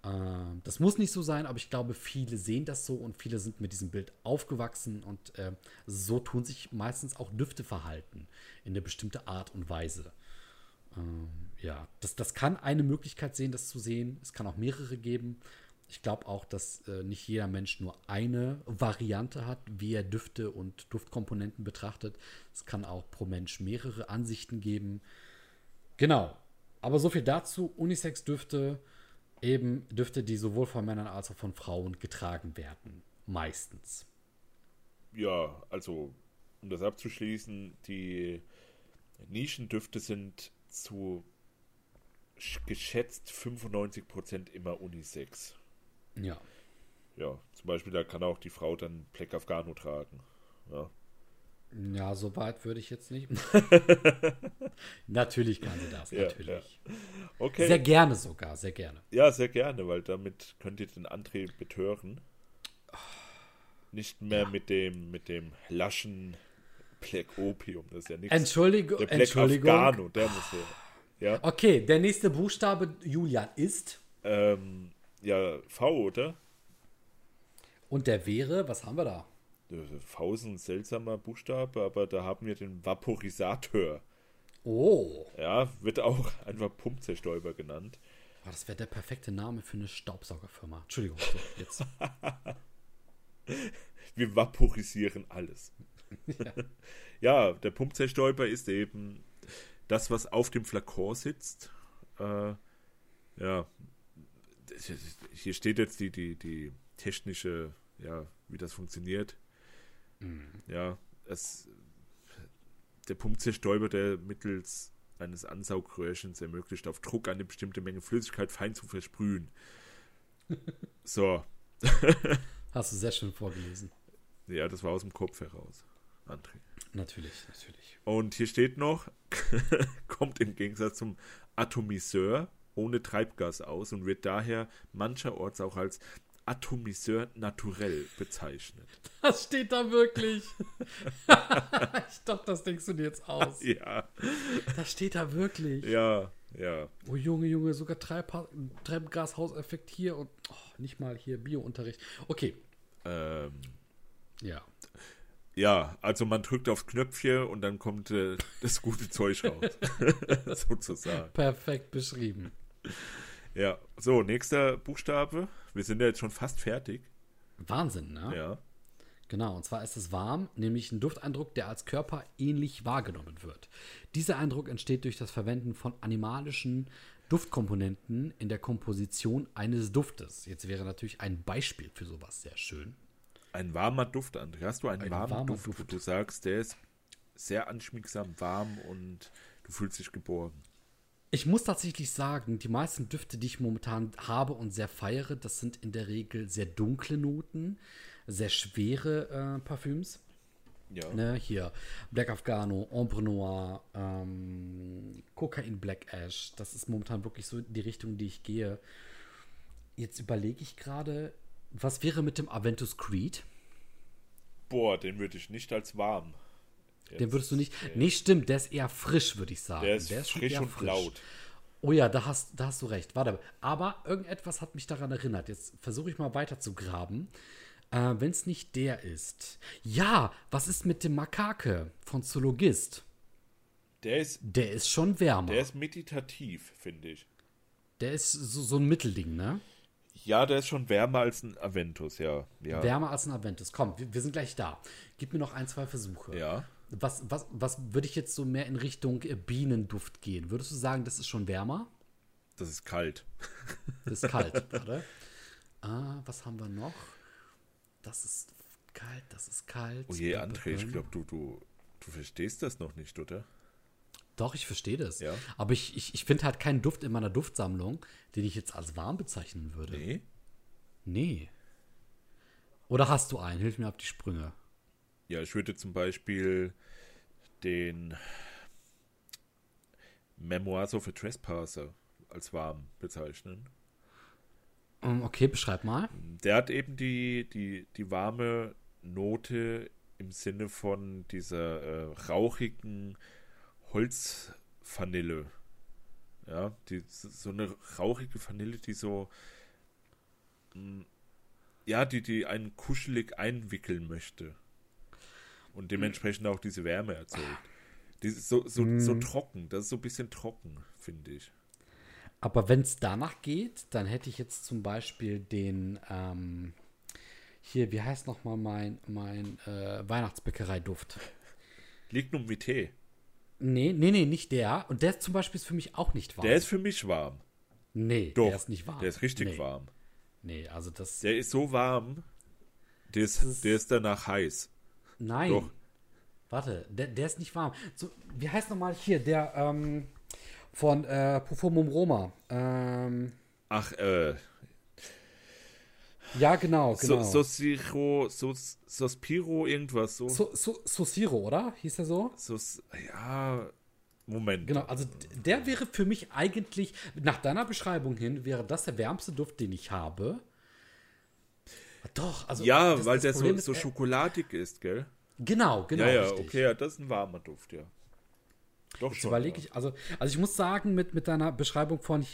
Das muss nicht so sein, aber ich glaube, viele sehen das so und viele sind mit diesem Bild aufgewachsen und so tun sich meistens auch Düfte verhalten in eine bestimmte Art und Weise. Ja, das kann eine Möglichkeit sein, das zu sehen. Es kann auch mehrere geben. Ich glaube auch, dass nicht jeder Mensch nur eine Variante hat, wie er Düfte und Duftkomponenten betrachtet. Es kann auch pro Mensch mehrere Ansichten geben. Genau. Aber so viel dazu. Unisex-Düfte, eben Düfte, die sowohl von Männern als auch von Frauen getragen werden. Meistens. Ja, also, um das abzuschließen, die Nischendüfte sind zu geschätzt 95% immer Unisex. Ja. Ja, zum Beispiel, da kann auch die Frau dann Black Afghano tragen. Ja, Ja, so weit würde ich jetzt nicht. Natürlich kann sie das, ja, natürlich. ja. Okay. Sehr gerne sogar, sehr gerne. Ja, sehr gerne, weil damit könnt ihr den André betören. Nicht mehr mit dem laschen Black Opium, das ist ja nichts. Entschuldigung, Der Black Entschuldigung. Afghano, der muss ja. Okay, der nächste Buchstabe, Julian, ist. Ja, V, oder? Und der wäre, was haben wir da? V ist ein seltsamer Buchstabe, aber da haben wir den Vaporisator. Oh, Ja, wird auch einfach Pumpzerstäuber genannt. das wäre der perfekte Name für eine Staubsaugerfirma. Entschuldigung, so, jetzt. Wir vaporisieren alles. Ja, der Pumpzerstäuber ist eben das, was auf dem Flakon sitzt. Ja, hier steht jetzt die technische, ja, wie das funktioniert. Ja, der Pumpzerstäuber, der mittels eines Ansaugröhrchens ermöglicht, auf Druck eine bestimmte Menge Flüssigkeit fein zu versprühen. So. Hast du sehr schön vorgelesen. Ja, das war aus dem Kopf heraus, André. Natürlich, natürlich. Und hier steht noch, kommt im Gegensatz zum Atomiseur ohne Treibgas aus und wird daher mancherorts auch als Atomiseur naturell bezeichnet. Das steht da wirklich. Ich dachte, das denkst du dir jetzt aus. Ja, Das steht da wirklich. ja, ja. Oh Junge, sogar Treibgashauseffekt hier und nicht mal hier Biounterricht. Okay. Ja. Ja, also man drückt aufs Knöpfchen und dann kommt das gute Zeug raus. Sozusagen. Perfekt beschrieben. Ja, so, nächster Buchstabe. Wir sind ja jetzt schon fast fertig. Wahnsinn, ne? Ja. Genau, und zwar ist es warm, nämlich ein Dufteindruck, der als körperähnlich wahrgenommen wird. Dieser Eindruck entsteht durch das Verwenden von animalischen Duftkomponenten in der Komposition eines Duftes. Jetzt wäre natürlich ein Beispiel für sowas sehr schön. Ein warmer Duft, André. Hast du einen warmen warmer Duft, wo Duft. du sagst, der ist sehr anschmiegsam, warm und du fühlst dich geborgen? Ich muss tatsächlich sagen, die meisten Düfte, die ich momentan habe und sehr feiere, das sind in der Regel sehr dunkle Noten, sehr schwere Parfüms. Ja. Ne, hier Black Afghano, Ombre Noir, Kokain Black Ash. Das ist momentan wirklich so die Richtung, die ich gehe. Jetzt überlege ich gerade, was wäre mit dem Aventus Creed? Boah, den würde ich nicht als warm. Den würdest du nicht. Nee, stimmt, der ist eher frisch, würde ich sagen. Der ist schon frisch eher und laut. Oh ja, da hast du recht. Warte, aber irgendetwas hat mich daran erinnert. Jetzt versuche ich mal weiter zu graben. Wenn es nicht der ist. Ja, was ist mit dem Makake von Zoologist? Der Der ist schon wärmer. der ist meditativ, finde ich. Der ist so ein Mittelding, ne? Ja, der ist schon wärmer als ein Aventus, ja. Ja. Wärmer als ein Aventus. Komm, wir sind gleich da. Gib mir noch 1, 2 Versuche. Ja. Was würde ich jetzt so mehr in Richtung Bienenduft gehen? Würdest du sagen, das ist schon wärmer? Das ist kalt. Das ist kalt, warte. Was haben wir noch? Das ist kalt, das ist kalt. Oh je, André, ich glaube, du verstehst das noch nicht, oder? Doch, ich verstehe das. Ja. Aber ich finde halt keinen Duft in meiner Duftsammlung, den ich jetzt als warm bezeichnen würde. Nee. Nee. Oder hast du einen? Hilf mir auf die Sprünge. Ja, ich würde zum Beispiel den Memoirs of a Trespasser als warm bezeichnen. Okay, beschreib mal. Der hat eben die warme Note im Sinne von dieser rauchigen Holzvanille. Ja, so eine rauchige Vanille, die so Ja, die einen kuschelig einwickeln möchte. Und dementsprechend auch diese Wärme erzeugt. Die ist so trocken, das ist so ein bisschen trocken, finde ich. Aber wenn es danach geht, dann hätte ich jetzt zum Beispiel den, hier, wie heißt nochmal mein Weihnachtsbäckerei-Duft? Lignum Vitae. Nee, nicht der. Und der zum Beispiel ist für mich auch nicht warm. Der ist für mich warm. Nee, Doch, der ist nicht warm. der ist richtig Nee. warm. Nee, also das. Der ist so warm, der ist- ist danach heiß. Nein. Doch. Warte, der ist nicht warm. So, wie heißt nochmal hier, der von Profumum Roma? Ach, Ja, genau. Sospiro, irgendwas so. Sosiro, oder? Hieß der so? Ja, Moment. Genau, also der wäre für mich eigentlich, nach deiner Beschreibung hin, wäre das der wärmste Duft, den ich habe. Doch, also. Ja, weil das der Problem so ist, schokoladig ist, gell? Genau, Ja, richtig. okay, ja, das ist ein warmer Duft, ja. Doch Jetzt schon. überlege Ja. ich, also ich muss sagen, mit deiner Beschreibung von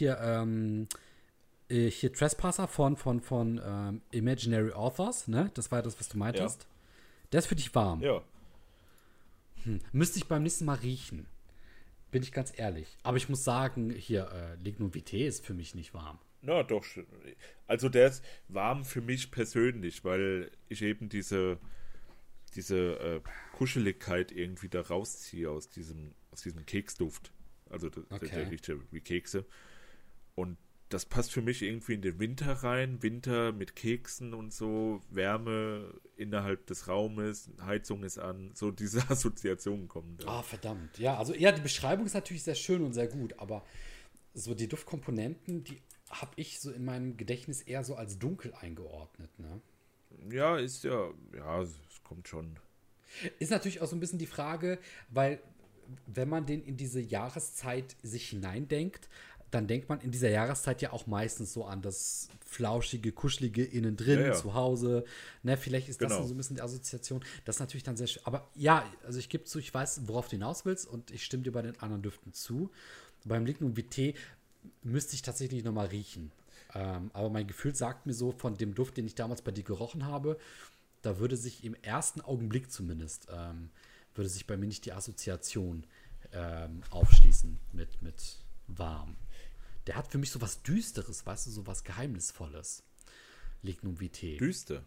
hier Trespasser von Imaginary Authors, ne? Das war ja das, was du meintest. Der ist für dich warm. Ja. Müsste ich beim nächsten Mal riechen. Bin ich ganz ehrlich. Aber ich muss sagen, hier, Lignum Vitae ist für mich nicht warm. Na, doch schon. Also der ist warm für mich persönlich, weil ich eben diese Kuscheligkeit irgendwie da rausziehe aus diesem Keksduft. Also der riecht ja wie Kekse. Und das passt für mich irgendwie in den Winter rein. Winter mit Keksen und so, Wärme innerhalb des Raumes, Heizung ist an, so diese Assoziationen kommen da. Ah, verdammt. Ja, also ja, die Beschreibung ist natürlich sehr schön und sehr gut, aber so die Duftkomponenten, die habe ich so in meinem Gedächtnis eher so als dunkel eingeordnet, ne? Ja, ist ja, es kommt schon. Ist natürlich auch so ein bisschen die Frage, weil wenn man den in diese Jahreszeit sich hineindenkt, dann denkt man in dieser Jahreszeit ja auch meistens so an das flauschige, kuschelige innen drin, Ja. zu Hause. Ne, vielleicht ist das Genau. so ein bisschen die Assoziation. Das ist natürlich dann sehr schön. Aber ja, also ich gebe zu, ich weiß, worauf du hinaus willst und ich stimme dir bei den anderen Düften zu. Beim Lignum Vitae müsste ich tatsächlich noch mal riechen. Aber mein Gefühl sagt mir so, von dem Duft, den ich damals bei dir gerochen habe, da würde sich im ersten Augenblick zumindest, würde sich bei mir nicht die Assoziation aufschließen mit warm. Der hat für mich so was Düsteres, weißt du, so was Geheimnisvolles. Lignum Vitae. Düster.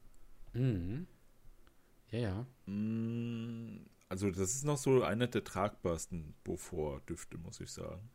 Ja. Also das ist noch so einer der tragbarsten Beaufort-Düfte, muss ich sagen.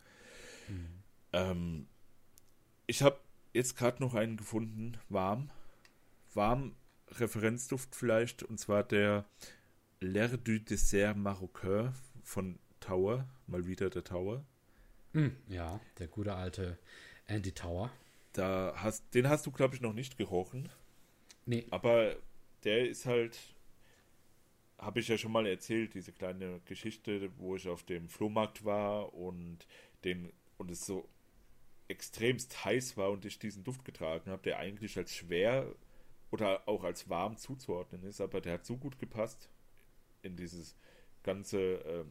Ich habe jetzt gerade noch einen gefunden, warm. Warm Referenzduft vielleicht, und zwar der L'air du Dessert Marocain von Tower, mal wieder der Tower. Ja, der gute alte Andy Tower. Den hast du, glaube ich, noch nicht gerochen. Nee. Aber der ist halt, habe ich ja schon mal erzählt, diese kleine Geschichte, wo ich auf dem Flohmarkt war und es so extremst heiß war und ich diesen Duft getragen habe, der eigentlich als schwer oder auch als warm zuzuordnen ist, aber der hat so gut gepasst in dieses ganze,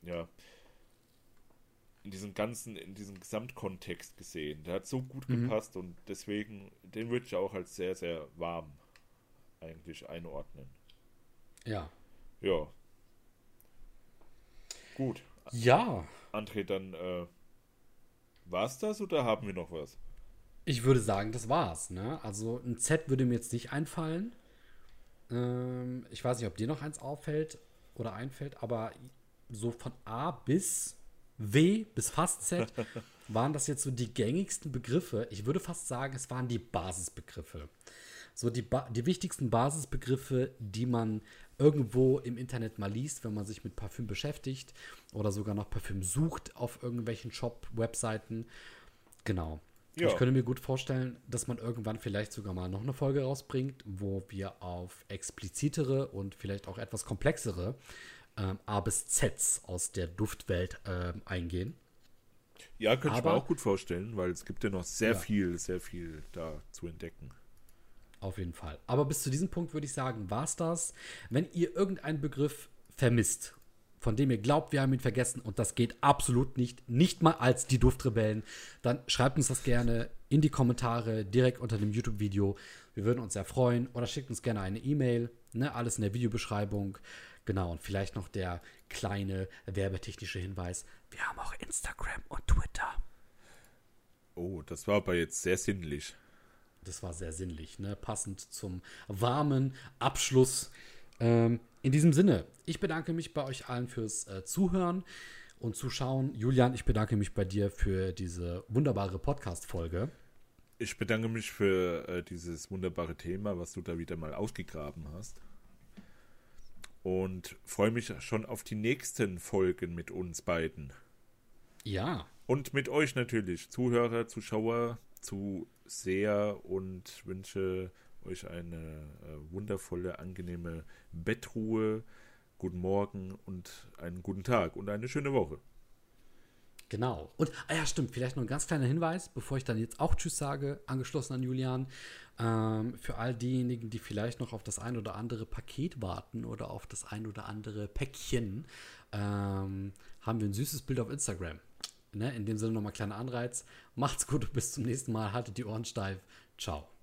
in diesen Gesamtkontext gesehen. Der hat so gut gepasst und deswegen, den würde ich auch als sehr, sehr warm eigentlich einordnen. Ja. Ja. Gut. Ja. André, dann war's das oder haben wir noch was? Ich würde sagen, das war's, ne? Also ein Z würde mir jetzt nicht einfallen. Ich weiß nicht, ob dir noch eins auffällt oder einfällt, aber so von A bis W bis fast Z waren das jetzt so die gängigsten Begriffe. Ich würde fast sagen, es waren die Basisbegriffe. So die wichtigsten Basisbegriffe, die man irgendwo im Internet mal liest, wenn man sich mit Parfüm beschäftigt oder sogar noch Parfüm sucht auf irgendwelchen Shop-Webseiten. Genau. Ja. Ich könnte mir gut vorstellen, dass man irgendwann vielleicht sogar mal noch eine Folge rausbringt, wo wir auf explizitere und vielleicht auch etwas komplexere A bis Zs aus der Duftwelt eingehen. Ja, könnte ich mir Aber- auch gut vorstellen, weil es gibt ja noch sehr viel da zu entdecken. Auf jeden Fall. Aber bis zu diesem Punkt würde ich sagen, war es das. Wenn ihr irgendeinen Begriff vermisst, von dem ihr glaubt, wir haben ihn vergessen und das geht absolut nicht mal als die Duftrebellen, dann schreibt uns das gerne in die Kommentare direkt unter dem YouTube-Video. Wir würden uns sehr freuen. Oder schickt uns gerne eine E-Mail. Ne, alles in der Videobeschreibung. Genau, und vielleicht noch der kleine werbetechnische Hinweis. Wir haben auch Instagram und Twitter. Oh, das war aber jetzt sehr sinnlich. Das war sehr sinnlich, ne? Passend zum warmen Abschluss. In diesem Sinne, ich bedanke mich bei euch allen fürs Zuhören und Zuschauen. Julian, ich bedanke mich bei dir für diese wunderbare Podcast-Folge. Ich bedanke mich für dieses wunderbare Thema, was du da wieder mal ausgegraben hast. Und freue mich schon auf die nächsten Folgen mit uns beiden. Ja. Und mit euch natürlich, Zuhörer, Zuschauer, Zuseher, und wünsche euch eine wundervolle, angenehme Bettruhe, guten Morgen und einen guten Tag und eine schöne Woche. Genau. Und, ja, stimmt, vielleicht noch ein ganz kleiner Hinweis, bevor ich dann jetzt auch Tschüss sage, angeschlossen an Julian. Für all diejenigen, die vielleicht noch auf das ein oder andere Paket warten oder auf das ein oder andere Päckchen, haben wir ein süßes Bild auf Instagram. Ne? In dem Sinne nochmal kleiner Anreiz. Macht's gut und bis zum nächsten Mal. Haltet die Ohren steif. Ciao.